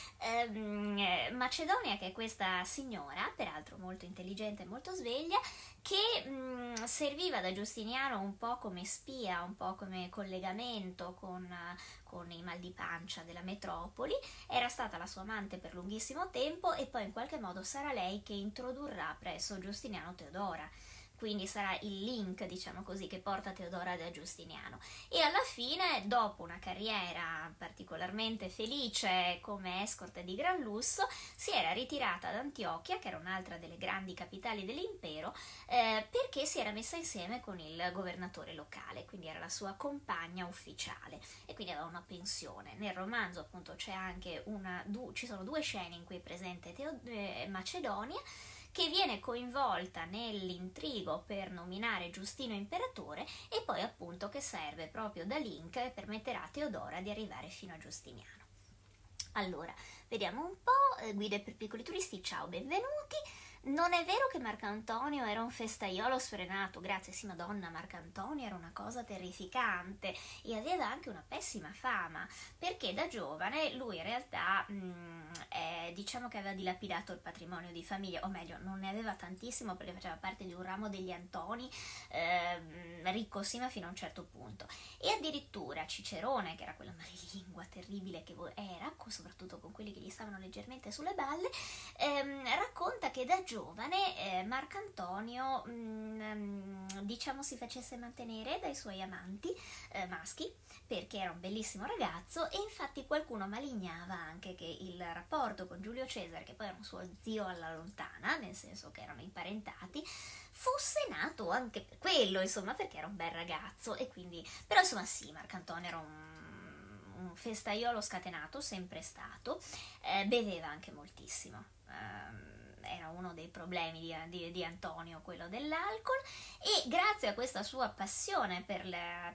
Macedonia, che è questa signora, peraltro molto intelligente e molto sveglia, che serviva da Giustiniano un po' come spia, un po' come collegamento con i mal di pancia della metropoli. Era stata la sua amante per lunghissimo tempo e poi in qualche modo sarà lei che introdurrà presso Giustiniano Teodora. Quindi sarà il link, diciamo così, che porta Teodora da Giustiniano. E alla fine, dopo una carriera particolarmente felice come escort di gran lusso, si era ritirata ad Antiochia, che era un'altra delle grandi capitali dell'impero, perché si era messa insieme con il governatore locale, quindi era la sua compagna ufficiale e quindi aveva una pensione. Nel romanzo appunto c'è anche ci sono 2 scene in cui è presente Macedonia, che viene coinvolta nell'intrigo per nominare Giustino imperatore e poi appunto che serve proprio da link e permetterà a Teodora di arrivare fino a Giustiniano. Allora, vediamo un po', guide per piccoli turisti, ciao, benvenuti. Non è vero che Marcantonio era un festaiolo sfrenato, grazie, sì, Madonna, Marcantonio era una cosa terrificante e aveva anche una pessima fama, perché da giovane lui in realtà diciamo che aveva dilapidato il patrimonio di famiglia, o meglio, non ne aveva tantissimo perché faceva parte di un ramo degli Antoni, ricco fino a un certo punto. E addirittura Cicerone, che era quella madrelingua terribile che era, soprattutto con quelli che gli stavano leggermente sulle balle, racconta che da giovane Marcantonio diciamo si facesse mantenere dai suoi amanti maschi, perché era un bellissimo ragazzo, e infatti qualcuno malignava anche che il rapporto con Giulio Cesare, che poi era un suo zio alla lontana, nel senso che erano imparentati, fosse nato anche per quello, insomma, perché era un bel ragazzo. E quindi, però insomma sì, Marcantonio era un festaiolo scatenato, sempre stato, beveva anche moltissimo, era uno dei problemi di Antonio, quello dell'alcol, e grazie a questa sua passione per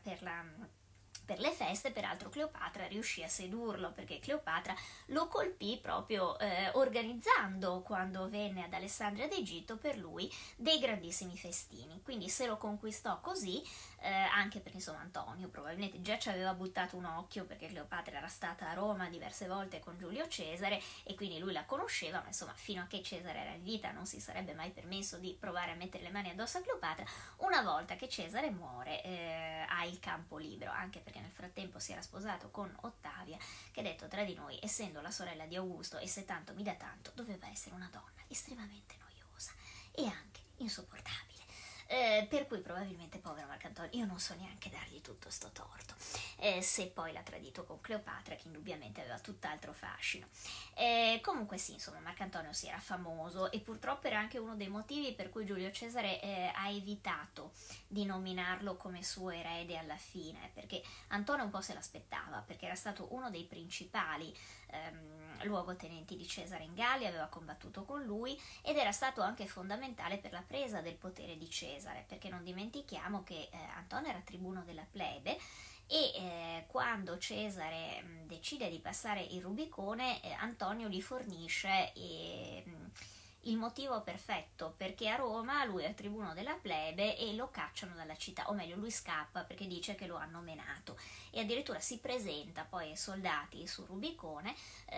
le feste, peraltro Cleopatra riuscì a sedurlo, perché Cleopatra lo colpì proprio organizzando, quando venne ad Alessandria d'Egitto, per lui dei grandissimi festini. Quindi se lo conquistò così, anche perché insomma Antonio probabilmente già ci aveva buttato un occhio, perché Cleopatra era stata a Roma diverse volte con Giulio Cesare e quindi lui la conosceva, ma insomma fino a che Cesare era in vita non si sarebbe mai permesso di provare a mettere le mani addosso a Cleopatra. Una volta che Cesare muore ha il campo libero, anche perché nel frattempo si era sposato con Ottavia, che, detto tra di noi, essendo la sorella di Augusto e se tanto mi dà tanto, doveva essere una donna estremamente noiosa e anche insopportabile. Per cui probabilmente, povero Marcantonio, io non so neanche dargli tutto sto torto, se poi l'ha tradito con Cleopatra, che indubbiamente aveva tutt'altro fascino. Comunque sì, insomma, Marcantonio si era famoso, e purtroppo era anche uno dei motivi per cui Giulio Cesare ha evitato di nominarlo come suo erede alla fine, perché Antonio un po' se l'aspettava, perché era stato uno dei principali luogotenenti di Cesare in Gallia, aveva combattuto con lui ed era stato anche fondamentale per la presa del potere di Cesare, perché non dimentichiamo che Antonio era tribuno della plebe e quando Cesare decide di passare il Rubicone, Antonio gli fornisce il motivo perfetto, perché a Roma lui è tribuno della plebe e lo cacciano dalla città, o meglio lui scappa perché dice che lo hanno menato, e addirittura si presenta poi ai soldati sul Rubicone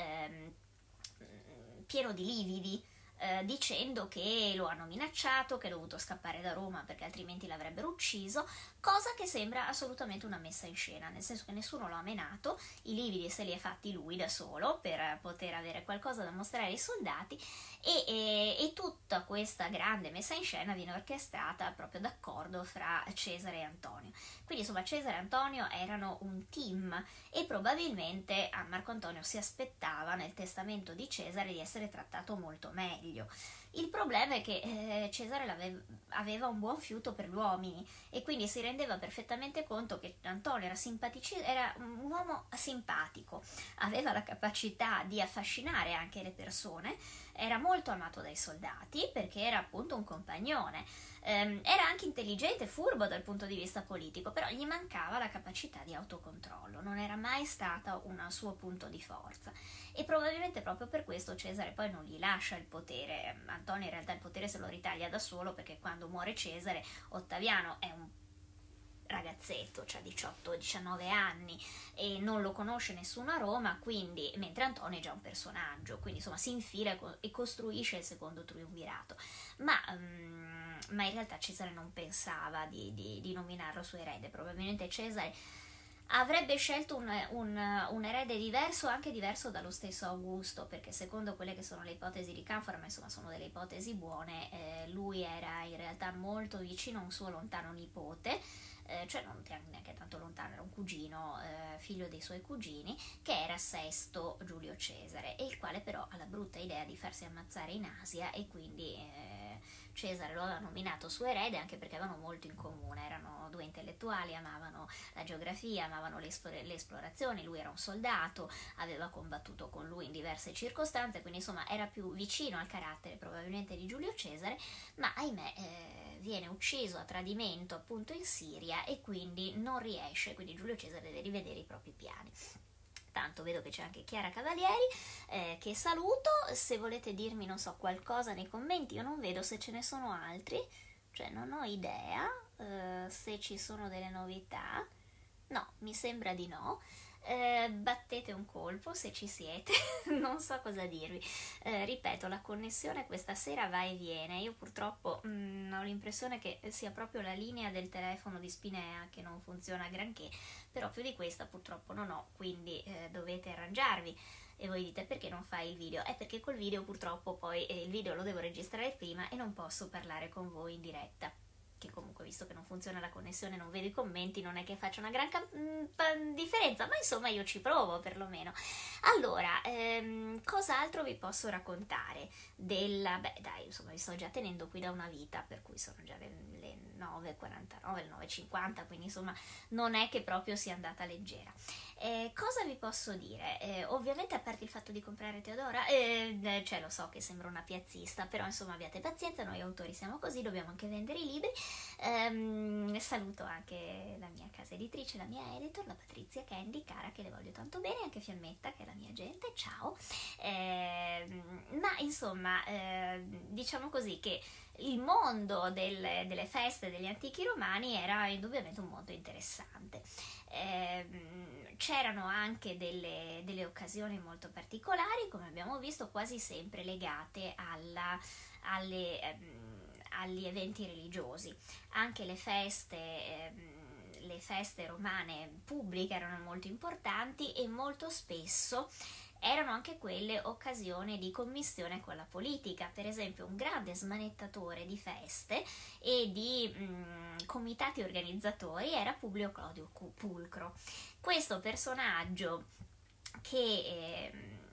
pieno di lividi, dicendo che lo hanno minacciato, che è dovuto scappare da Roma perché altrimenti l'avrebbero ucciso, cosa che sembra assolutamente una messa in scena, nel senso che nessuno lo ha menato, i lividi se li ha fatti lui da solo per poter avere qualcosa da mostrare ai soldati, e tutta questa grande messa in scena viene orchestrata proprio d'accordo fra Cesare e Antonio. Quindi insomma Cesare e Antonio erano un team, e probabilmente a Marco Antonio si aspettava nel testamento di Cesare di essere trattato molto meglio, figlio. Il problema è che Cesare aveva un buon fiuto per gli uomini e quindi si rendeva perfettamente conto che Antonio era un uomo simpatico, aveva la capacità di affascinare anche le persone, era molto amato dai soldati perché era appunto un compagnone, era anche intelligente, furbo dal punto di vista politico, però gli mancava la capacità di autocontrollo, non era mai stata un suo punto di forza e probabilmente proprio per questo Cesare poi non gli lascia il potere. Antonio in realtà il potere se lo ritaglia da solo, perché quando muore Cesare Ottaviano è un ragazzetto, cioè 18-19 anni, e non lo conosce nessuno a Roma, quindi, mentre Antonio è già un personaggio, quindi insomma si infila e costruisce il secondo triumvirato, ma in realtà Cesare non pensava di nominarlo suo erede. Probabilmente Cesare avrebbe scelto un erede diverso, anche diverso dallo stesso Augusto, perché secondo quelle che sono le ipotesi di Canfora, ma insomma sono delle ipotesi buone, lui era in realtà molto vicino a un suo lontano nipote, cioè non neanche tanto lontano, era un cugino, figlio dei suoi cugini, che era Sesto Giulio Cesare, e il quale però ha la brutta idea di farsi ammazzare in Asia, e quindi Cesare lo aveva nominato suo erede, anche perché avevano molto in comune, erano due intellettuali, amavano la geografia, amavano le esplorazioni, lui era un soldato, aveva combattuto con lui in diverse circostanze, quindi insomma era più vicino al carattere probabilmente di Giulio Cesare, ma ahimè viene ucciso a tradimento appunto in Siria e quindi non riesce, quindi Giulio Cesare deve rivedere i propri piani. Tanto vedo che c'è anche Chiara Cavalieri, che saluto. Se volete dirmi, non so, qualcosa nei commenti, io non vedo se ce ne sono altri, cioè non ho idea se ci sono delle novità. No, mi sembra di no. Battete un colpo se ci siete, non so cosa dirvi. Ripeto, la connessione questa sera va e viene, io purtroppo ho l'impressione che sia proprio la linea del telefono di Spinea che non funziona granché, però più di questa purtroppo non ho, quindi dovete arrangiarvi. E voi dite: perché non fai il video? È perché col video purtroppo poi il video lo devo registrare prima e non posso parlare con voi in diretta, che comunque, visto che non funziona la connessione, non vedo i commenti, non è che faccia una gran differenza, ma insomma io ci provo perlomeno. Allora, cos'altro vi posso raccontare? Beh dai, insomma vi sto già tenendo qui da una vita, per cui sono già le 9:49, le 9:50, quindi insomma non è che proprio sia andata leggera. Cosa vi posso dire? Ovviamente, a parte il fatto di comprare Teodora, cioè lo so che sembra una piazzista, però insomma abbiate pazienza, noi autori siamo così, dobbiamo anche vendere i libri. Saluto anche la mia casa editrice, la mia editor, la Patrizia Candy, cara, che le voglio tanto bene, anche Fiammetta, che è la mia gente, ciao. Ma insomma, diciamo così che il mondo delle feste degli antichi romani era indubbiamente un mondo interessante. C'erano anche delle occasioni molto particolari, come abbiamo visto, quasi sempre legate agli eventi religiosi. Anche le feste romane pubbliche erano molto importanti e molto spesso erano anche quelle occasioni di commistione con la politica. Per esempio, un grande smanettatore di feste e di comitati organizzatori era Publio Claudio Pulcro. Questo personaggio che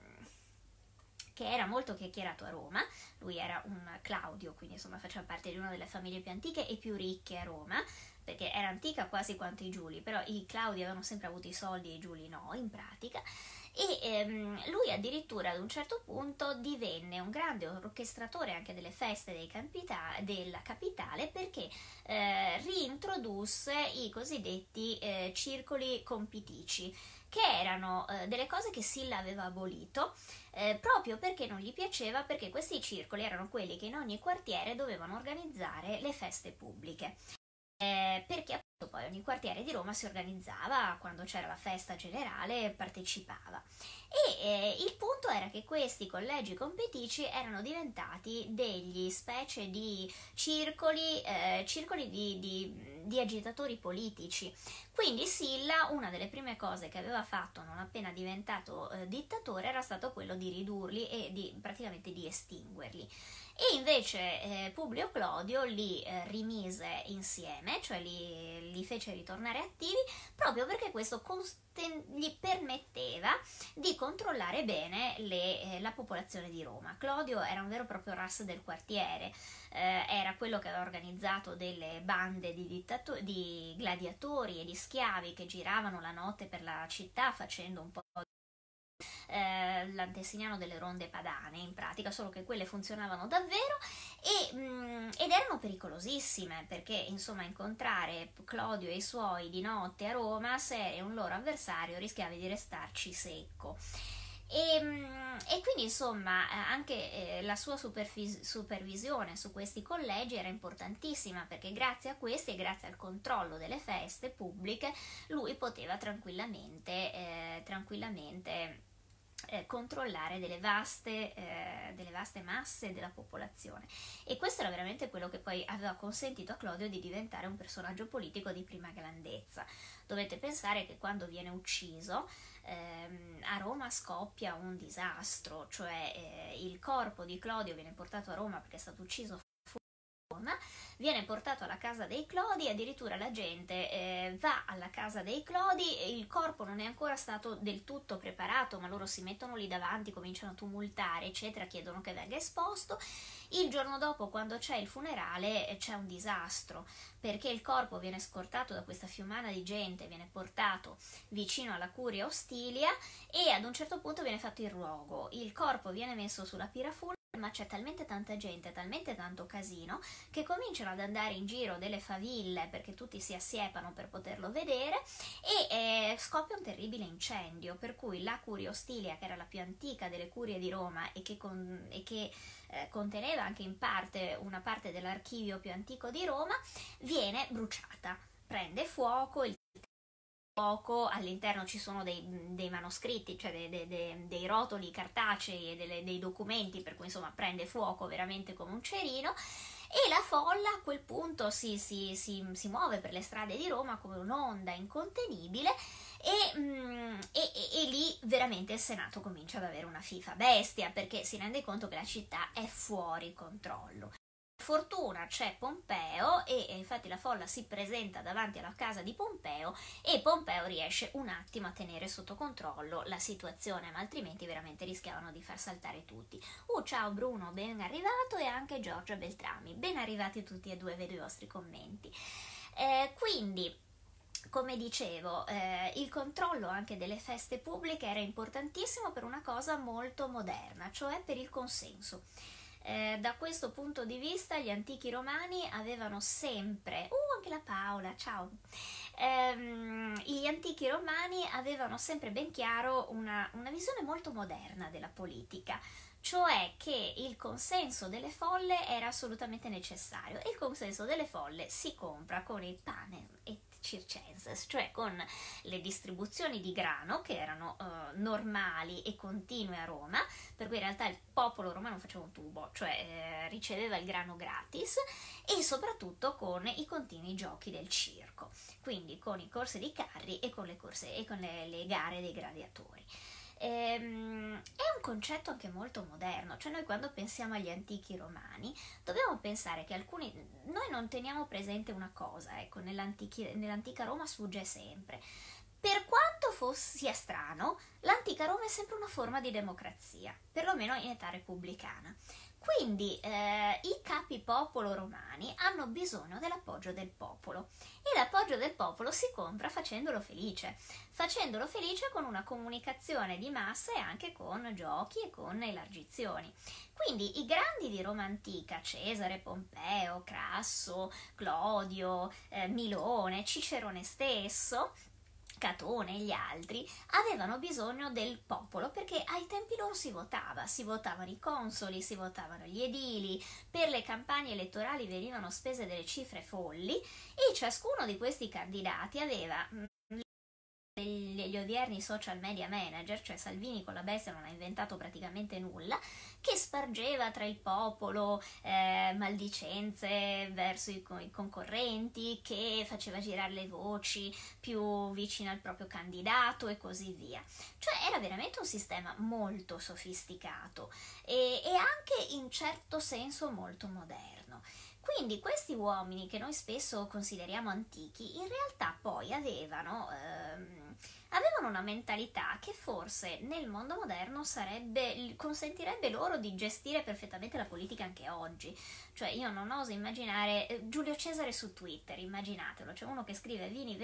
era molto chiacchierato a Roma, lui era un Claudio, quindi insomma faceva parte di una delle famiglie più antiche e più ricche a Roma, perché era antica quasi quanto i Giuli, però i Claudi avevano sempre avuto i soldi e i Giuli no, in pratica. E lui addirittura ad un certo punto divenne un grande orchestratore anche delle feste della capitale, perché reintrodusse i cosiddetti circoli compitici, che erano delle cose che Silla aveva abolito, proprio perché non gli piaceva, perché questi circoli erano quelli che in ogni quartiere dovevano organizzare le feste pubbliche. Perché appunto poi ogni quartiere di Roma si organizzava, quando c'era la festa generale partecipava, e il punto era che questi collegi competici erano diventati degli specie di circoli di agitatori politici. Quindi Silla, una delle prime cose che aveva fatto non appena diventato dittatore, era stato quello di ridurli e praticamente di estinguerli. E invece Publio Clodio li rimise insieme, cioè li li fece ritornare attivi proprio perché questo gli permetteva di controllare bene la popolazione di Roma. Clodio era un vero e proprio ras del quartiere, era quello che aveva organizzato delle bande di gladiatori e di schiavi che giravano la notte per la città facendo un po' l'antesignano delle ronde padane, in pratica, solo che quelle funzionavano davvero ed erano pericolosissime, perché insomma incontrare Clodio e i suoi di notte a Roma, se eri un loro avversario rischiavi di restarci secco. E quindi insomma anche la sua supervisione su questi collegi era importantissima, perché grazie a questi e grazie al controllo delle feste pubbliche lui poteva tranquillamente controllare delle vaste masse della popolazione, e questo era veramente quello che poi aveva consentito a Clodio di diventare un personaggio politico di prima grandezza. Dovete pensare che quando viene ucciso a Roma scoppia un disastro, cioè il corpo di Clodio viene portato a Roma perché è stato ucciso, viene portato alla casa dei Clodi, addirittura la gente va alla casa dei Clodi, il corpo non è ancora stato del tutto preparato, ma loro si mettono lì davanti, cominciano a tumultare, eccetera, chiedono che venga esposto. Il giorno dopo, quando c'è il funerale, c'è un disastro, perché il corpo viene scortato da questa fiumana di gente, viene portato vicino alla Curia Ostilia e ad un certo punto viene fatto il rogo, il corpo viene messo sulla pira funebre, ma c'è talmente tanta gente, talmente tanto casino, che cominciano ad andare in giro delle faville perché tutti si assiepano per poterlo vedere, e scoppia un terribile incendio, per cui la Curia Ostilia, che era la più antica delle curie di Roma e che conteneva anche in parte una parte dell'archivio più antico di Roma, viene bruciata, prende fuoco, all'interno ci sono dei manoscritti, cioè dei rotoli cartacei e dei documenti, per cui insomma prende fuoco veramente come un cerino, e la folla a quel punto si muove per le strade di Roma come un'onda incontenibile, e lì veramente il Senato comincia ad avere una fifa bestia, perché si rende conto che la città è fuori controllo. Fortuna c'è Pompeo, e infatti la folla si presenta davanti alla casa di Pompeo, e Pompeo riesce un attimo a tenere sotto controllo la situazione, ma altrimenti veramente rischiavano di far saltare tutti. Ciao Bruno, ben arrivato, e anche Giorgia Beltrami, ben arrivati tutti e due, vedo i vostri commenti. Quindi, come dicevo, il controllo anche delle feste pubbliche era importantissimo per una cosa molto moderna, cioè per il consenso. Da questo punto di vista gli antichi romani avevano sempre, anche la Paola, ciao, gli antichi romani avevano sempre ben chiaro una visione molto moderna della politica, cioè che il consenso delle folle era assolutamente necessario, e il consenso delle folle si compra con il pane et circenses, cioè con le distribuzioni di grano che erano normali e continue a Roma, per cui in realtà il popolo romano faceva un tubo, cioè riceveva il grano gratis, e soprattutto con i continui giochi del circo, quindi con i corse di carri e con le gare dei gladiatori. È un concetto anche molto moderno, cioè noi quando pensiamo agli antichi romani dobbiamo pensare che noi non teniamo presente una cosa, ecco, nell'antica Roma sfugge sempre. Per quanto sia strano, l'antica Roma è sempre una forma di democrazia, perlomeno in età repubblicana. Quindi i capi popolo romani hanno bisogno dell'appoggio del popolo, e l'appoggio del popolo si compra facendolo felice con una comunicazione di massa e anche con giochi e con elargizioni. Quindi i grandi di Roma antica, Cesare, Pompeo, Crasso, Clodio, Milone, Cicerone stesso, Catone e gli altri avevano bisogno del popolo, perché ai tempi loro si votavano i consoli, si votavano gli edili, per le campagne elettorali venivano spese delle cifre folli, e ciascuno di questi candidati aveva gli odierni social media manager, cioè Salvini con la bestia non ha inventato praticamente nulla, che spargeva tra il popolo maldicenze verso i concorrenti, che faceva girare le voci più vicine al proprio candidato e così via. Cioè era veramente un sistema molto sofisticato e anche in certo senso molto moderno. Quindi questi uomini che noi spesso consideriamo antichi, in realtà poi avevano una mentalità che forse nel mondo moderno consentirebbe loro di gestire perfettamente la politica anche oggi. Cioè io non oso immaginare Giulio Cesare su Twitter, immaginatelo, c'è uno che scrive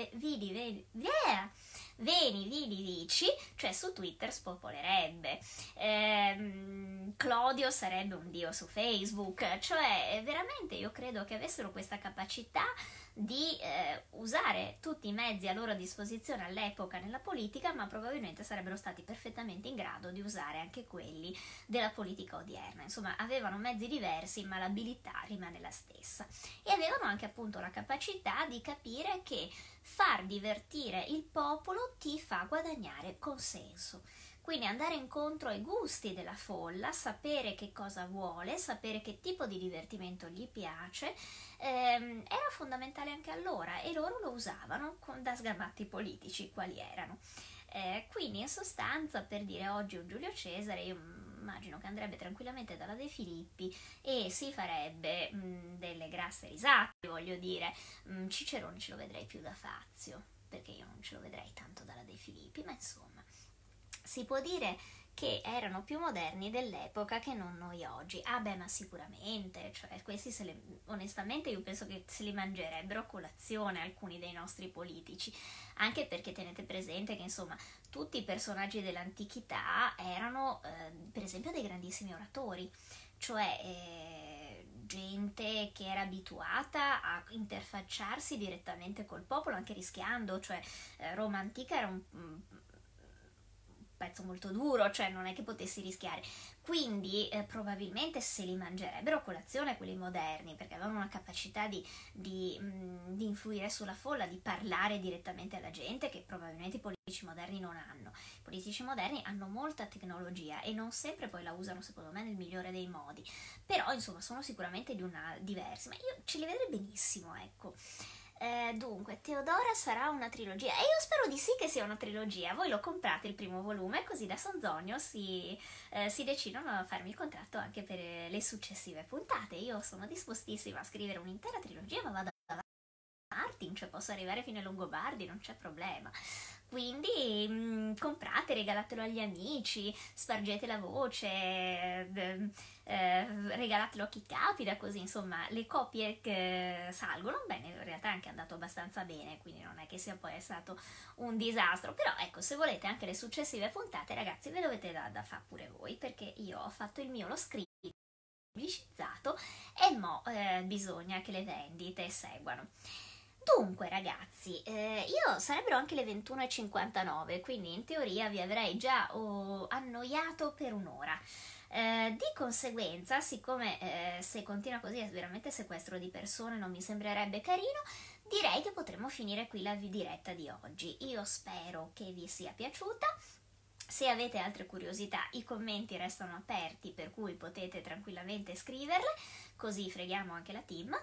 Veni, vidi, vici, cioè su Twitter spopolerebbe. Clodio sarebbe un dio su Facebook, cioè veramente io credo che avessero questa capacità di usare tutti i mezzi a loro disposizione all'epoca nella politica, ma probabilmente sarebbero stati perfettamente in grado di usare anche quelli della politica odierna. Insomma, avevano mezzi diversi, ma l'abilità rimane la stessa. E avevano anche appunto la capacità di capire che far divertire il popolo ti fa guadagnare consenso. Quindi andare incontro ai gusti della folla, sapere che cosa vuole, sapere che tipo di divertimento gli piace, era fondamentale anche allora, e loro lo usavano da sgarbati politici quali erano. Quindi in sostanza, per dire oggi un Giulio Cesare, io immagino che andrebbe tranquillamente dalla De Filippi e si farebbe delle grasse risate, voglio dire. Cicerone ce lo vedrei più da Fazio, perché io non ce lo vedrei tanto dalla De Filippi, ma insomma si può dire che erano più moderni dell'epoca che non noi oggi. Ah beh, ma sicuramente, cioè questi onestamente io penso che se li mangerebbero a colazione alcuni dei nostri politici, anche perché tenete presente che insomma tutti i personaggi dell'antichità erano per esempio dei grandissimi oratori, cioè gente che era abituata a interfacciarsi direttamente col popolo, anche rischiando, cioè Roma antica era un pezzo molto duro, cioè non è che potessi rischiare, quindi probabilmente se li mangerebbero a colazione quelli moderni, perché avevano una capacità di influire sulla folla, di parlare direttamente alla gente, che probabilmente i politici moderni non hanno. I politici moderni hanno molta tecnologia e non sempre poi la usano, secondo me, nel migliore dei modi, però insomma sono sicuramente diversi, ma io ce li vedrei benissimo, ecco. Dunque, Teodora sarà una trilogia, e io spero di sì che sia una trilogia. Voi lo comprate il primo volume, così da Sonzogno si decidono a farmi il contratto anche per le successive puntate. Io sono dispostissima a scrivere un'intera trilogia, ma vado a Martin, cioè posso arrivare fino ai Longobardi, non c'è problema. Quindi comprate, regalatelo agli amici, spargete la voce, regalatelo a chi capita, così insomma le copie che salgono. Bene, in realtà è anche andato abbastanza bene, quindi non è che sia poi stato un disastro, però ecco, se volete anche le successive puntate, ragazzi, ve lo avete da fare pure voi, perché io ho fatto il mio, l'ho scritto, pubblicizzato, e mo bisogna che le vendite seguano. Dunque ragazzi, io sarebbero anche le 21:59, quindi in teoria vi avrei già annoiato per un'ora. Di conseguenza, siccome se continua così è veramente sequestro di persone, non mi sembrerebbe carino, direi che potremmo finire qui la diretta di oggi. Io spero che vi sia piaciuta. Se avete altre curiosità, i commenti restano aperti, per cui potete tranquillamente scriverle, così freghiamo anche la team.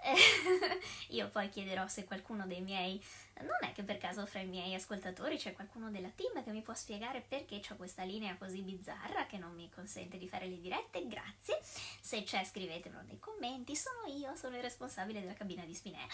Io poi chiederò se qualcuno dei miei, non è che per caso fra i miei ascoltatori c'è qualcuno della team che mi può spiegare perché ho questa linea così bizzarra che non mi consente di fare le dirette. Grazie, se c'è scrivetemelo nei commenti. Sono il responsabile della cabina di Spinea.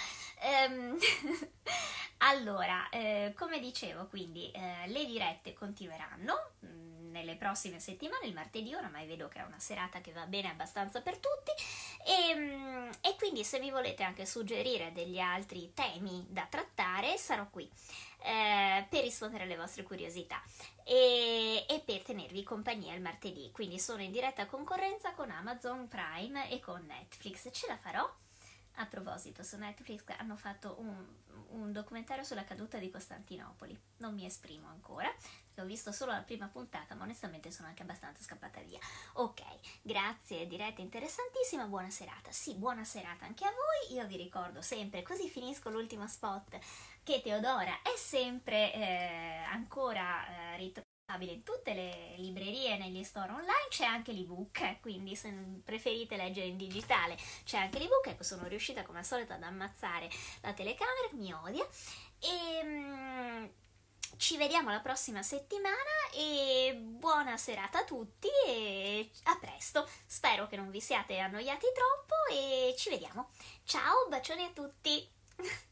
Allora, come dicevo, quindi le dirette continueranno nelle prossime settimane. Il martedì oramai vedo che è una serata che va bene abbastanza per tutti, e quindi se mi volete anche suggerire degli altri temi da trattare, sarò qui per rispondere alle vostre curiosità e per tenervi compagnia il martedì. Quindi sono in diretta concorrenza con Amazon Prime e con Netflix. Ce la farò? A proposito, su Netflix hanno fatto un documentario sulla caduta di Costantinopoli. Non mi esprimo ancora, perché ho visto solo la prima puntata, ma onestamente sono anche abbastanza scappata via. Ok, grazie, diretta interessantissima, buona serata. Sì, buona serata anche a voi. Io vi ricordo sempre, così finisco l'ultimo spot, che Teodora è sempre ancora in tutte le librerie e negli store online. C'è anche l'ebook, quindi se preferite leggere in digitale c'è anche l'ebook. Ecco, sono riuscita come al solito ad ammazzare la telecamera che mi odia, Ci vediamo la prossima settimana e buona serata a tutti e a presto. Spero che non vi siate annoiati troppo e ci vediamo. Ciao, bacioni a tutti!